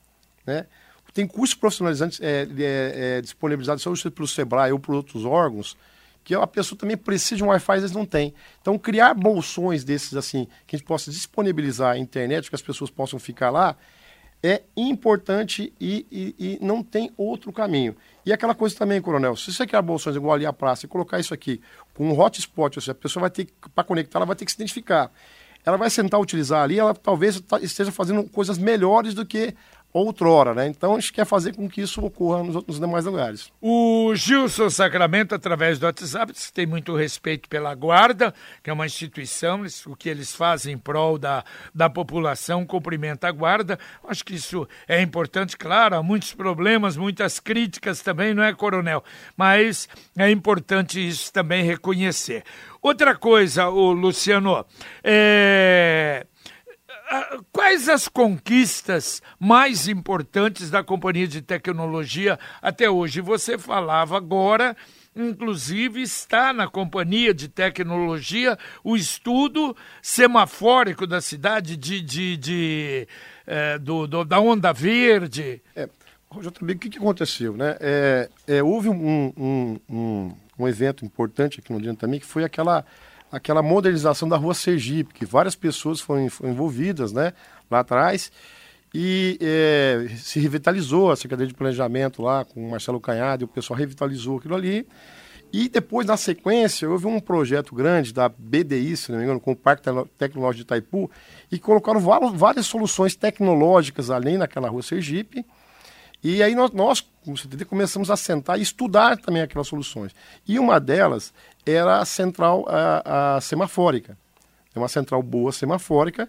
né? Tem cursos profissionalizantes disponibilizados seja pelo Sebrae ou por outros órgãos, que a pessoa também precisa de um Wi-Fi, às vezes não tem. Então, criar bolsões desses, assim, que a gente possa disponibilizar a internet, que as pessoas possam ficar lá, é importante e não tem outro caminho. E aquela coisa também, Coronel, se você criar bolsões igual ali à praça e colocar isso aqui com um hotspot, ou seja, a pessoa vai ter, para conectar, ela vai ter que se identificar. Ela vai sentar a utilizar ali, ela talvez esteja fazendo coisas melhores do que outrora, né? Então a gente quer fazer com que isso ocorra nos demais lugares. O Gilson Sacramento, através do WhatsApp, diz que tem muito respeito pela Guarda, que é uma instituição, o que eles fazem em prol da população, cumprimenta a Guarda. Acho que isso é importante, claro, há muitos problemas, muitas críticas também, não é, Coronel? Mas é importante isso também reconhecer. Outra coisa, Luciano, quais as conquistas mais importantes da Companhia de Tecnologia até hoje? Você falava agora, inclusive está na Companhia de Tecnologia o estudo semafórico da cidade da onda verde. JB, o que aconteceu, né? Houve um evento importante aqui no Londrina também, que foi aquela modernização da Rua Sergipe, que várias pessoas foram envolvidas, né, lá atrás, e se revitalizou a Secretaria de Planejamento lá com o Marcelo Canhada, e o pessoal revitalizou aquilo ali. E depois, na sequência, houve um projeto grande da BDI, se não me engano, com o Parque Tecnológico de Itaipu, e colocaram várias soluções tecnológicas ali naquela Rua Sergipe. E aí nós como CTD, começamos a sentar e estudar também aquelas soluções. E uma delas era a central semafórica. É uma central boa semafórica,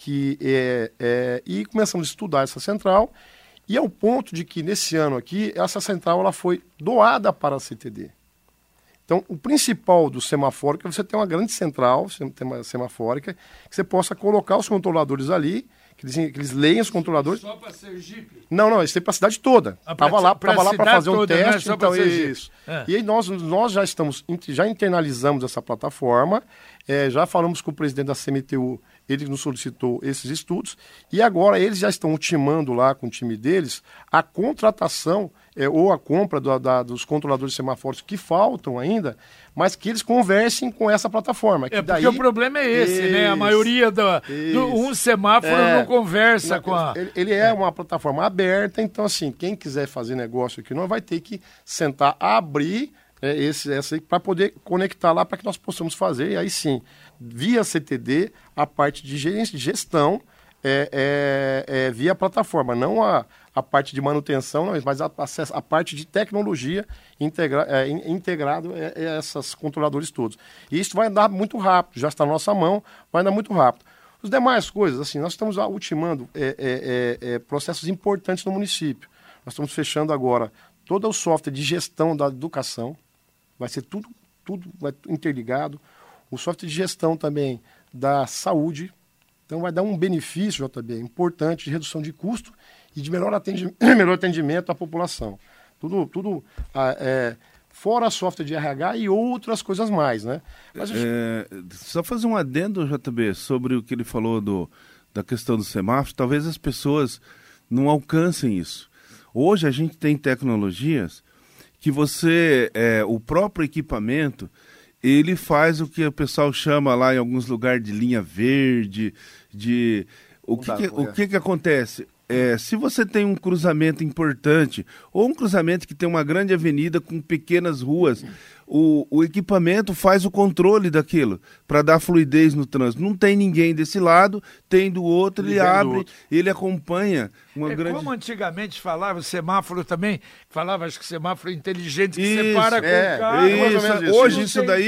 e começamos a estudar essa central, e ao ponto de que, nesse ano aqui, essa central ela foi doada para a CTD. Então, o principal do semafórico é você ter uma grande central semafórica, que você possa colocar os controladores ali, que eles leem os controladores. Só para Sergipe? Não, isso tem para a cidade toda. Estava lá para fazer um teste, né? então isso. E aí nós já internalizamos essa plataforma, já falamos com o presidente da CMTU, ele nos solicitou esses estudos, e agora eles já estão ultimando lá com o time deles a contratação ou a compra dos controladores semafóricos que faltam ainda, mas que eles conversem com essa plataforma. Porque o problema é esse, né? A maioria um semáforo não conversa com a... Ele é uma plataforma aberta, então assim, quem quiser fazer negócio aqui, não vai ter que sentar, abrir essa para poder conectar lá para que nós possamos fazer, e aí sim, via CTD, a parte de gestão via plataforma, não a parte de manutenção, não, mas a parte de tecnologia integrado a esses controladores todos. E isso vai andar muito rápido, já está na nossa mão, vai andar muito rápido. As demais coisas, assim, nós estamos ultimando processos importantes no município. Nós estamos fechando agora todo o software de gestão da educação, vai ser tudo vai interligado. O software de gestão também da saúde, então vai dar um benefício, JB, importante de redução de custo e de melhor atendimento à população. Tudo fora software de RH e outras coisas mais, né? Mas só fazer um adendo, JB, sobre o que ele falou da questão do semáforo, talvez as pessoas não alcancem isso. Hoje a gente tem tecnologias que o próprio equipamento, ele faz o que o pessoal chama lá em alguns lugares de linha verde, o que acontece? Se você tem um cruzamento importante, ou um cruzamento que tem uma grande avenida com pequenas ruas, o equipamento faz o controle daquilo, para dar fluidez no trânsito. Não tem ninguém desse lado, tem do outro, ele abre, ele acompanha uma grande... Como antigamente falava, o semáforo também, falava, acho que semáforo inteligente, que separa com o carro. Hoje isso daí...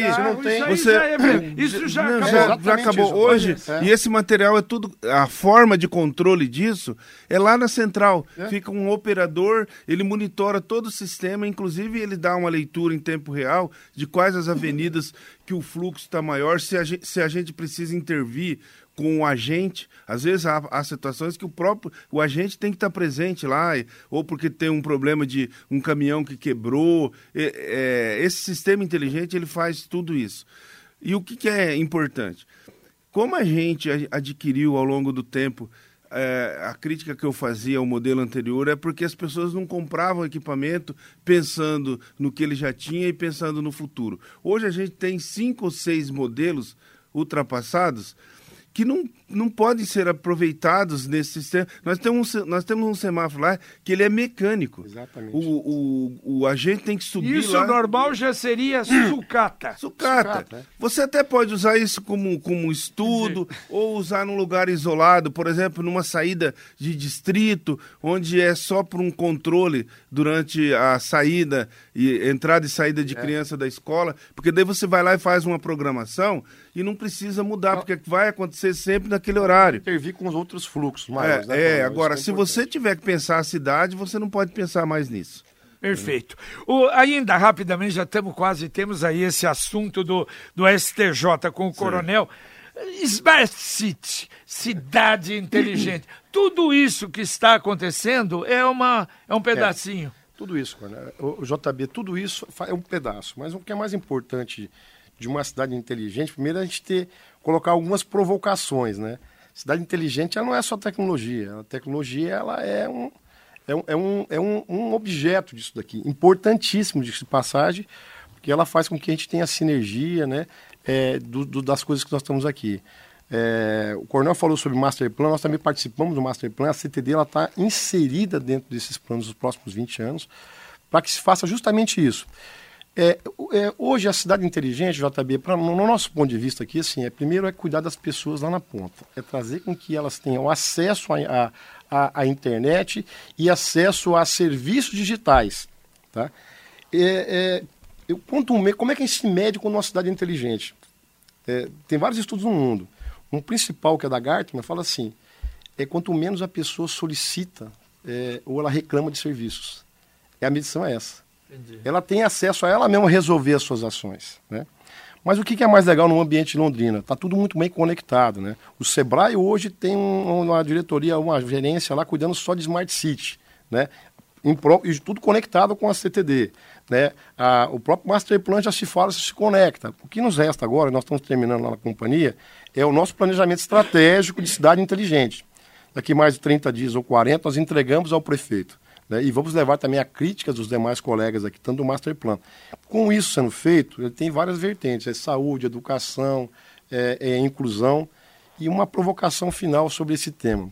Isso já acabou. Isso. Hoje, e esse material é tudo... A forma de controle disso é lá na central. Fica um operador, ele monitora todo o sistema, inclusive ele dá uma leitura em tempo real de quais as avenidas que o fluxo está maior, se a gente precisa intervir com o agente. Às vezes há situações que o agente tem que estar presente lá, ou porque tem um problema de um caminhão que quebrou. Esse sistema inteligente, ele faz tudo isso. E o que é importante? Como a gente adquiriu ao longo do tempo, a crítica que eu fazia ao modelo anterior é porque as pessoas não compravam equipamento pensando no que ele já tinha e pensando no futuro. Hoje a gente tem 5 ou 6 modelos ultrapassados que não podem ser aproveitados nesse sistema. Nós temos um semáforo lá que ele é mecânico. Exatamente. O agente tem que subir isso lá. Isso normal já seria sucata. Sucata. Você até pode usar isso como estudo ou usar num lugar isolado, por exemplo, numa saída de distrito, onde é só por um controle durante a saída e entrada e saída de criança da escola, porque daí você vai lá e faz uma programação e não precisa mudar, porque vai acontecer sempre naquele horário. Intervir com os outros fluxos maiores. Agora, se você tiver que pensar a cidade, você não pode pensar mais nisso. Perfeito. Ainda rapidamente, temos aí esse assunto do STJ com o Coronel. Smart City, cidade inteligente. Tudo isso que está acontecendo é um pedacinho. Tudo isso, o JB, tudo isso é um pedaço. Mas o que é mais importante de uma cidade inteligente, primeiro a gente colocar algumas provocações, né? Cidade inteligente, ela não é só tecnologia. A tecnologia, ela é um objeto disso daqui, importantíssimo de passagem, porque ela faz com que a gente tenha sinergia, né, das coisas que nós estamos aqui. O Coronel falou sobre o Master Plan, nós também participamos do Master Plan, a CTD está inserida dentro desses planos dos próximos 20 anos, para que se faça justamente isso. Hoje a cidade inteligente, JB, no nosso ponto de vista aqui, assim, primeiro é cuidar das pessoas lá na ponta, é trazer com que elas tenham acesso à internet e acesso a serviços digitais, tá? Como é que a gente se mede com a nossa cidade inteligente? Tem vários estudos no mundo. Um principal, que é da Gartner, fala assim, quanto menos a pessoa solicita ou ela reclama de serviços. A medição é essa. Entendi. Ela tem acesso a ela mesma resolver as suas ações, né? Mas o que é mais legal no ambiente de Londrina? Está tudo muito bem conectado, né? O Sebrae hoje tem uma diretoria, uma gerência lá cuidando só de Smart City, né? E tudo conectado com a CTD, né? O próprio Master Plan já se conecta. O que nos resta agora, nós estamos terminando lá na companhia, é o nosso planejamento estratégico de cidade inteligente. Daqui mais de 30 dias ou 40, nós entregamos ao prefeito. E vamos levar também a crítica dos demais colegas aqui, tanto do Master Plan. Com isso sendo feito, ele tem várias vertentes, saúde, educação, inclusão e uma provocação final sobre esse tema.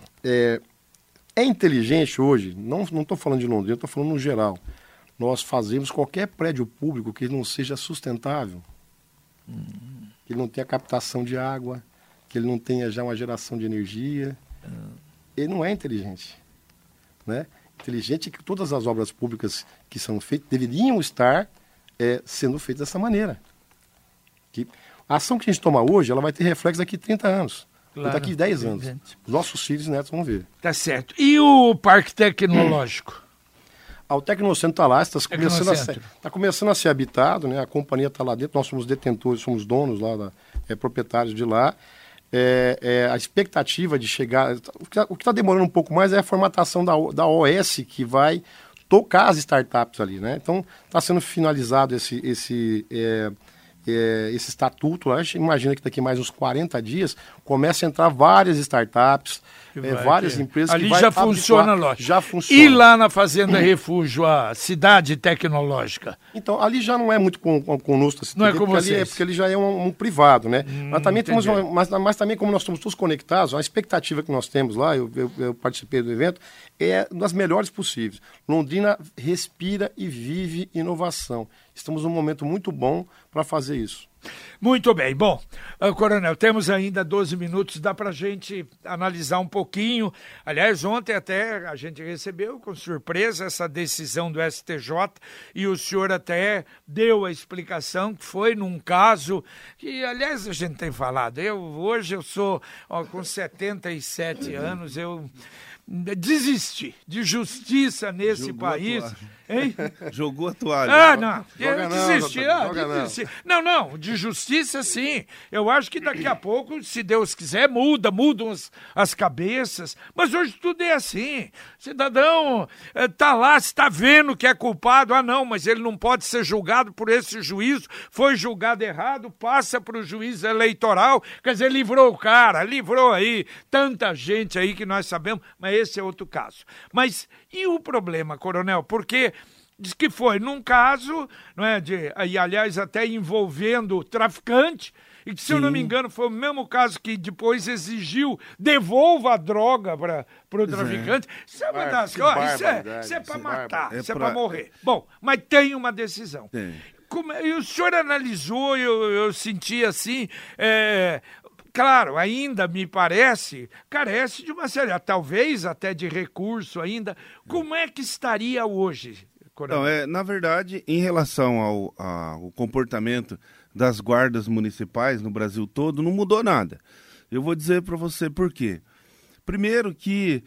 É inteligente hoje, não estou falando de Londrina, estou falando no geral, nós fazemos qualquer prédio público que não seja sustentável, que ele não tenha captação de água, que ele não tenha já uma geração de energia, ele não é inteligente, né? Inteligente é que todas as obras públicas que são feitas deveriam estar sendo feitas dessa maneira. A ação que a gente toma hoje, ela vai ter reflexo daqui a 30 anos, claro, daqui a 10 anos. Os nossos filhos e netos vão ver. Tá certo. E o Parque Tecnológico? O Tecnocentro está lá, está começando a ser habitado, né? A companhia está lá dentro, nós somos detentores, somos donos lá, proprietários de lá. A expectativa de chegar... O que está demorando um pouco mais é a formatação da OS, que vai tocar as startups ali, né? Então, está sendo finalizado esse estatuto, a gente imagina que daqui mais uns 40 dias começa a entrar várias startups, várias empresas ali que vai já funciona, lógico. Já funciona. E lá na Fazenda Refúgio, a cidade tecnológica? Então, ali já não é muito conosco, não é com vocês. porque ali já é um privado, né? Mas também entendi. mas também como nós estamos todos conectados, a expectativa que nós temos lá, eu participei do evento, é das melhores possíveis. Londrina respira e vive inovação. Estamos num momento muito bom para fazer isso. Muito bem. Bom, Coronel, temos ainda 12 minutos, dá para a gente analisar um pouquinho. Aliás, ontem até a gente recebeu com surpresa essa decisão do STJ e o senhor até deu a explicação que foi num caso que, aliás, a gente tem falado. Hoje eu sou, com 77 anos, eu desisti de justiça nesse país. Hein? Jogou a toalha. Não. Eu desisti. Não, de justiça sim. Eu acho que daqui a pouco, se Deus quiser, mudam as cabeças. Mas hoje tudo é assim. Cidadão tá lá, está vendo que é culpado. Não, mas ele não pode ser julgado por esse juízo. Foi julgado errado, passa para o juiz eleitoral. Quer dizer, livrou o cara, livrou aí tanta gente aí que nós sabemos, mas esse é outro caso. Mas e o problema, Coronel? Porque diz que foi num caso, não é, e aliás até envolvendo traficante, e que, se eu não me engano, foi o mesmo caso que depois exigiu devolva a droga para o traficante. Isso é uma das coisas, isso é para matar, isso é para morrer. Bom, mas tem uma decisão. E o senhor analisou, eu senti assim, claro, ainda me parece, carece de uma série, talvez até de recurso ainda. Como é que estaria hoje? Não, na verdade, em relação ao comportamento das guardas municipais no Brasil todo, não mudou nada. Eu vou dizer para você por quê. Primeiro que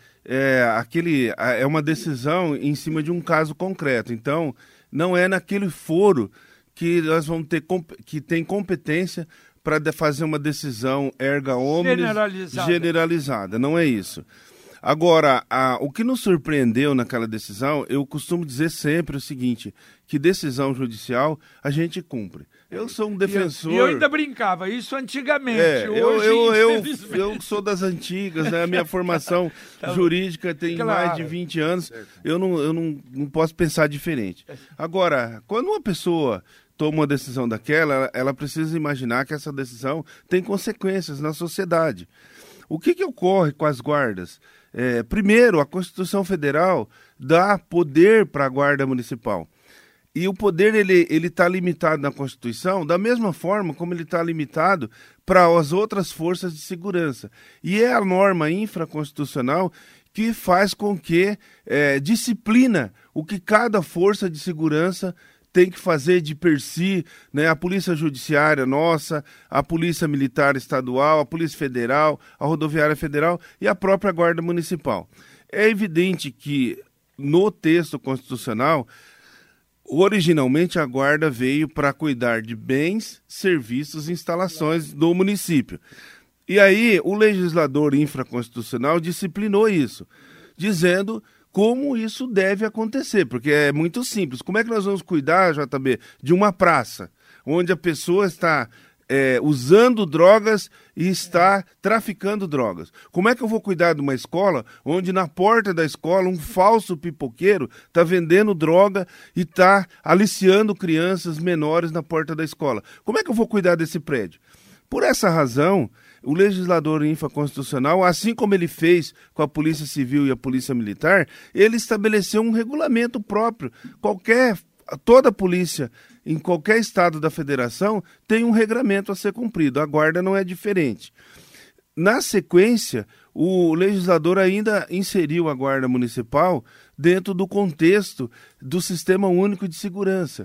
é uma decisão em cima de um caso concreto. Então, não é naquele foro que nós vamos ter que tem competência para fazer uma decisão erga omnes generalizada. Não é isso. Agora, o que nos surpreendeu naquela decisão, eu costumo dizer sempre o seguinte, que decisão judicial a gente cumpre. Eu sou um defensor... E eu ainda brincava, isso antigamente. Eu sou das antigas, né? A minha formação jurídica tem mais de 20 anos, eu não posso pensar diferente. Agora, quando uma pessoa toma uma decisão daquela, ela precisa imaginar que essa decisão tem consequências na sociedade. O que ocorre com as guardas? Primeiro, a Constituição Federal dá poder para a Guarda Municipal. E o poder ele está limitado na Constituição da mesma forma como ele está limitado para as outras forças de segurança. E é a norma infraconstitucional que faz com que disciplina o que cada força de segurança tem que fazer de per si, né? A Polícia Judiciária nossa, a Polícia Militar Estadual, a Polícia Federal, a Rodoviária Federal e a própria Guarda Municipal. É evidente que no texto constitucional, originalmente a Guarda veio para cuidar de bens, serviços e instalações do município. E aí o legislador infraconstitucional disciplinou isso, dizendo como isso deve acontecer, porque é muito simples. Como é que nós vamos cuidar, JB, de uma praça onde a pessoa está usando drogas e está traficando drogas? Como é que eu vou cuidar de uma escola onde na porta da escola um falso pipoqueiro está vendendo droga e está aliciando crianças menores na porta da escola? Como é que eu vou cuidar desse prédio? Por essa razão, o legislador infraconstitucional, assim como ele fez com a Polícia Civil e a Polícia Militar, ele estabeleceu um regulamento próprio. Toda polícia, em qualquer estado da federação, tem um regramento a ser cumprido. A Guarda não é diferente. Na sequência, o legislador ainda inseriu a Guarda Municipal dentro do contexto do Sistema Único de Segurança,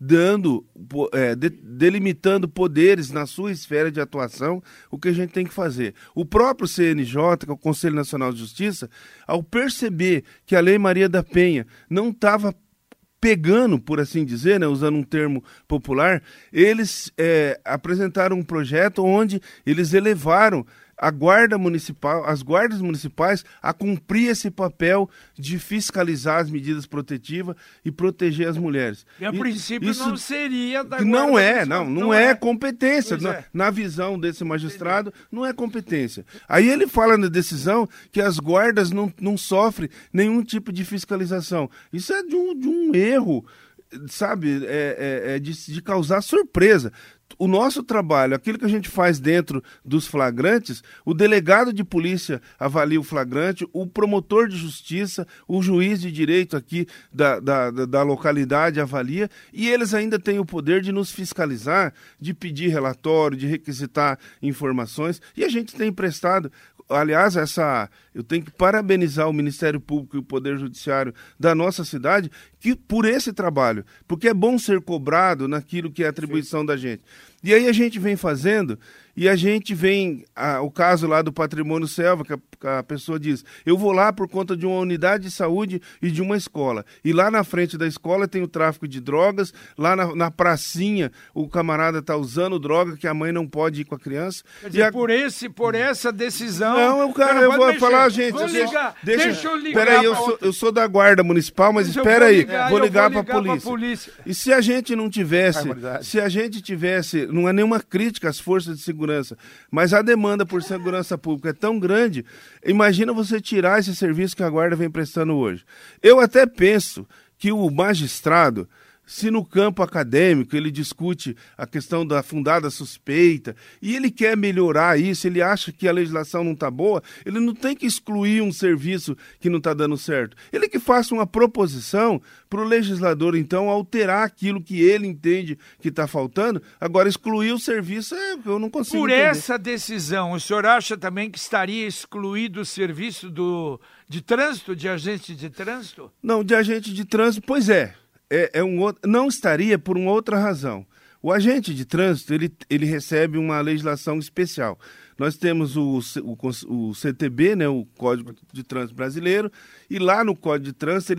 delimitando poderes na sua esfera de atuação, o que a gente tem que fazer. O próprio CNJ, que é o Conselho Nacional de Justiça, ao perceber que a Lei Maria da Penha não estava pegando, por assim dizer, né, usando um termo popular, eles apresentaram um projeto onde eles elevaram a guarda municipal, as guardas municipais a cumprir esse papel de fiscalizar as medidas protetivas e proteger as mulheres. E a princípio isso não seria da guarda municipal. Não é competência. Na visão desse magistrado, não é competência. Aí ele fala na decisão que as guardas não sofrem nenhum tipo de fiscalização. Isso é de um erro, sabe, de causar surpresa. O nosso trabalho, aquilo que a gente faz dentro dos flagrantes, o delegado de polícia avalia o flagrante, o promotor de justiça, o juiz de direito aqui da localidade avalia, e eles ainda têm o poder de nos fiscalizar, de pedir relatório, de requisitar informações, e a gente tem prestado. Aliás, eu tenho que parabenizar o Ministério Público e o Poder Judiciário da nossa cidade por esse trabalho, porque é bom ser cobrado naquilo que é atribuição da gente. E aí a gente vem fazendo, e a gente vem, o caso lá do Patrimônio Selva, que a pessoa diz, eu vou lá por conta de uma unidade de saúde e de uma escola, e lá na frente da escola tem o tráfico de drogas, lá na pracinha o camarada está usando droga que a mãe não pode ir com a criança. Quer dizer, por essa decisão... Não, eu vou falar, gente... Deixa eu ligar. Peraí, eu sou da Guarda Municipal, mas espera aí, vou ligar para a polícia. E se a gente não tivesse, não é nenhuma crítica às forças de segurança, mas a demanda por segurança pública é tão grande, imagina você tirar esse serviço que a Guarda vem prestando hoje. Eu até penso que o magistrado, se no campo acadêmico ele discute a questão da fundada suspeita e ele quer melhorar isso, ele acha que a legislação não está boa, ele não tem que excluir um serviço que não está dando certo. Ele que faça uma proposição para o legislador, então, alterar aquilo que ele entende que está faltando. Agora, excluir o serviço, eu não consigo entender. Essa decisão, o senhor acha também que estaria excluído o serviço de trânsito, de agente de trânsito? Não, de agente de trânsito, pois é. Não estaria por uma outra razão. O agente de trânsito, ele recebe uma legislação especial. Nós temos o CTB, né, o Código de Trânsito Brasileiro, e lá no Código de Trânsito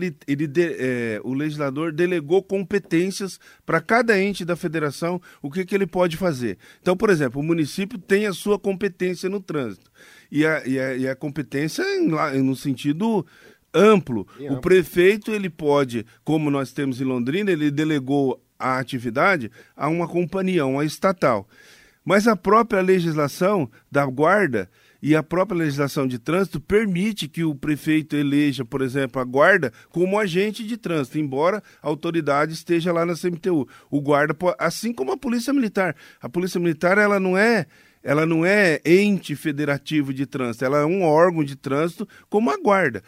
o legislador delegou competências para cada ente da federação, o que ele pode fazer. Então, por exemplo, o município tem a sua competência no trânsito, e a competência no sentido amplo. O prefeito, ele pode, como nós temos em Londrina, ele delegou a atividade a uma companhia, uma estatal. Mas a própria legislação da guarda e a própria legislação de trânsito permite que o prefeito eleja, por exemplo, a guarda como agente de trânsito, embora a autoridade esteja lá na CMTU. O guarda, assim como a Polícia Militar. A Polícia Militar, ela não é ente federativo de trânsito, ela é um órgão de trânsito como a guarda.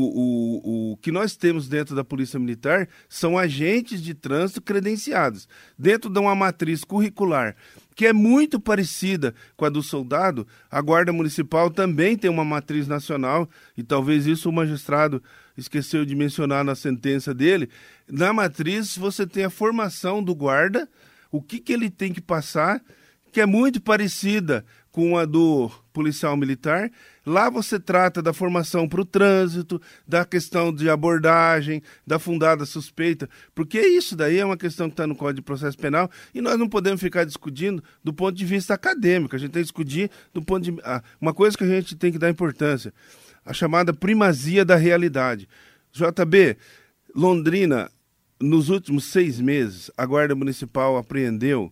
O que nós temos dentro da Polícia Militar são agentes de trânsito credenciados, dentro de uma matriz curricular, que é muito parecida com a do soldado. A Guarda Municipal também tem uma matriz nacional, e talvez isso o magistrado esqueceu de mencionar na sentença dele. Na matriz você tem a formação do guarda, o que ele tem que passar, que é muito parecida com a do policial militar. Lá você trata da formação para o trânsito, da questão de abordagem, da fundada suspeita, porque isso daí é uma questão que está no Código de Processo Penal e nós não podemos ficar discutindo do ponto de vista acadêmico, a gente tem que discutir do ponto de... uma coisa que a gente tem que dar importância, a chamada primazia da realidade. JB, Londrina, nos últimos 6 meses, a Guarda Municipal apreendeu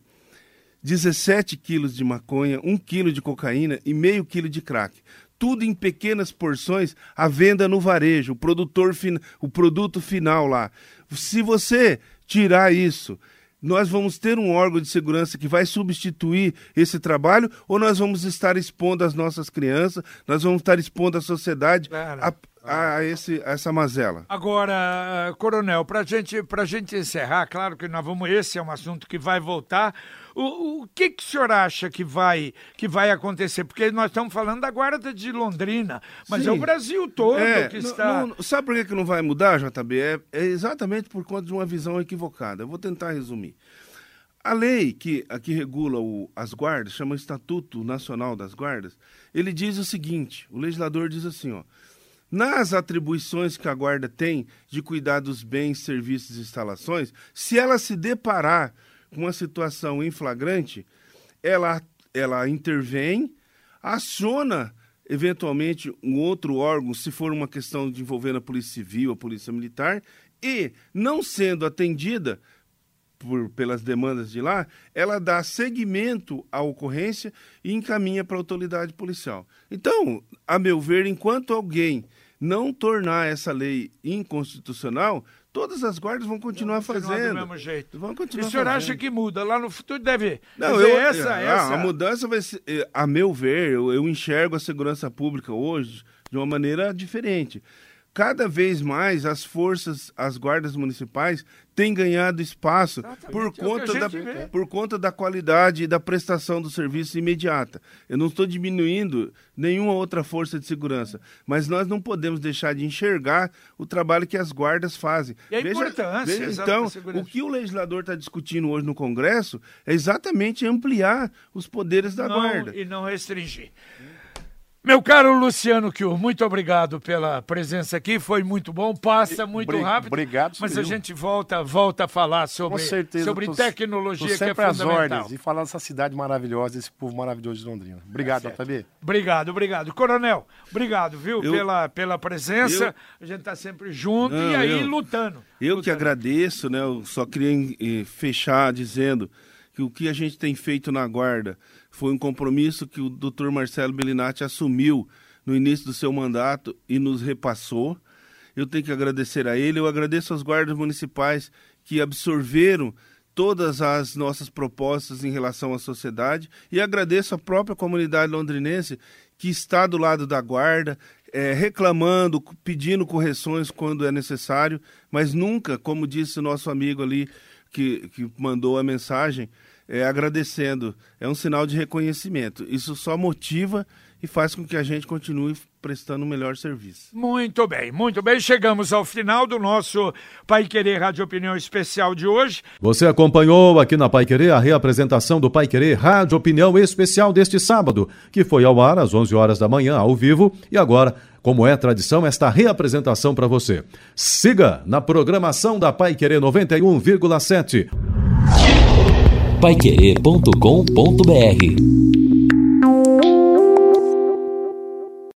17 quilos de maconha, 1 quilo de cocaína e meio quilo de crack. Tudo em pequenas porções, à venda no varejo, o produto final lá. Se você tirar isso, nós vamos ter um órgão de segurança que vai substituir esse trabalho, ou nós vamos estar expondo as nossas crianças, nós vamos estar expondo a sociedade a essa mazela. Agora, Coronel, para gente encerrar, claro que esse é um assunto que vai voltar. O que o senhor acha que vai acontecer? Porque nós estamos falando da Guarda de Londrina, mas Sim. É o Brasil todo que está... Sabe por que não vai mudar, JB? É exatamente por conta de uma visão equivocada. Eu vou tentar resumir. A lei que regula as guardas, chama Estatuto Nacional das Guardas, ele diz o seguinte, o legislador diz assim, ó, nas atribuições que a guarda tem de cuidar dos bens, serviços e instalações, se ela se deparar com uma situação em flagrante, ela intervém, aciona eventualmente um outro órgão, se for uma questão de envolvendo a Polícia Civil, a Polícia Militar, e não sendo atendida pelas demandas de lá, ela dá seguimento à ocorrência e encaminha para a autoridade policial. Então, a meu ver, enquanto alguém não tornar essa lei inconstitucional, todas as guardas vão continuar fazendo. Do mesmo jeito. Vão continuar e o senhor fazendo. Acha que muda? Lá no futuro deve... Não, a mudança vai ser... A meu ver, eu enxergo a segurança pública hoje de uma maneira diferente. Cada vez mais as guardas municipais têm ganhado espaço por conta da qualidade e da prestação do serviço imediata. Eu não estou diminuindo nenhuma outra força de segurança, mas nós não podemos deixar de enxergar o trabalho que as guardas fazem. E a importância. Então, o que o legislador está discutindo hoje no Congresso é exatamente ampliar os poderes da guarda. E não restringir. Meu caro Luciano Chiu, muito obrigado pela presença aqui, foi muito bom, passa muito rápido. Obrigado. Mas a gente volta a falar sobre tecnologia, que é fundamental. Às ordens, e falar dessa cidade maravilhosa, desse povo maravilhoso de Londrina. Obrigado, JB. Obrigado. Coronel, obrigado, viu, pela presença. A gente está sempre junto lutando. Eu que agradeço, né? Eu só queria fechar dizendo que o que a gente tem feito na guarda foi um compromisso que o Dr. Marcelo Bellinati assumiu no início do seu mandato e nos repassou. Eu tenho que agradecer a ele, eu agradeço aos guardas municipais que absorveram todas as nossas propostas em relação à sociedade e agradeço a própria comunidade londrinense que está do lado da guarda, reclamando, pedindo correções quando é necessário, mas nunca, como disse o nosso amigo ali que mandou a mensagem, agradecendo. É um sinal de reconhecimento. Isso só motiva e faz com que a gente continue prestando o melhor serviço. Muito bem. Chegamos ao final do nosso Paiquerê Rádio Opinião Especial de hoje. Você acompanhou aqui na Paiquerê a reapresentação do Paiquerê Rádio Opinião Especial deste sábado, que foi ao ar às 11 horas da manhã, ao vivo, e agora, como é tradição, esta reapresentação para você. Siga na programação da Paiquerê 91,7. Paiquerê.com.br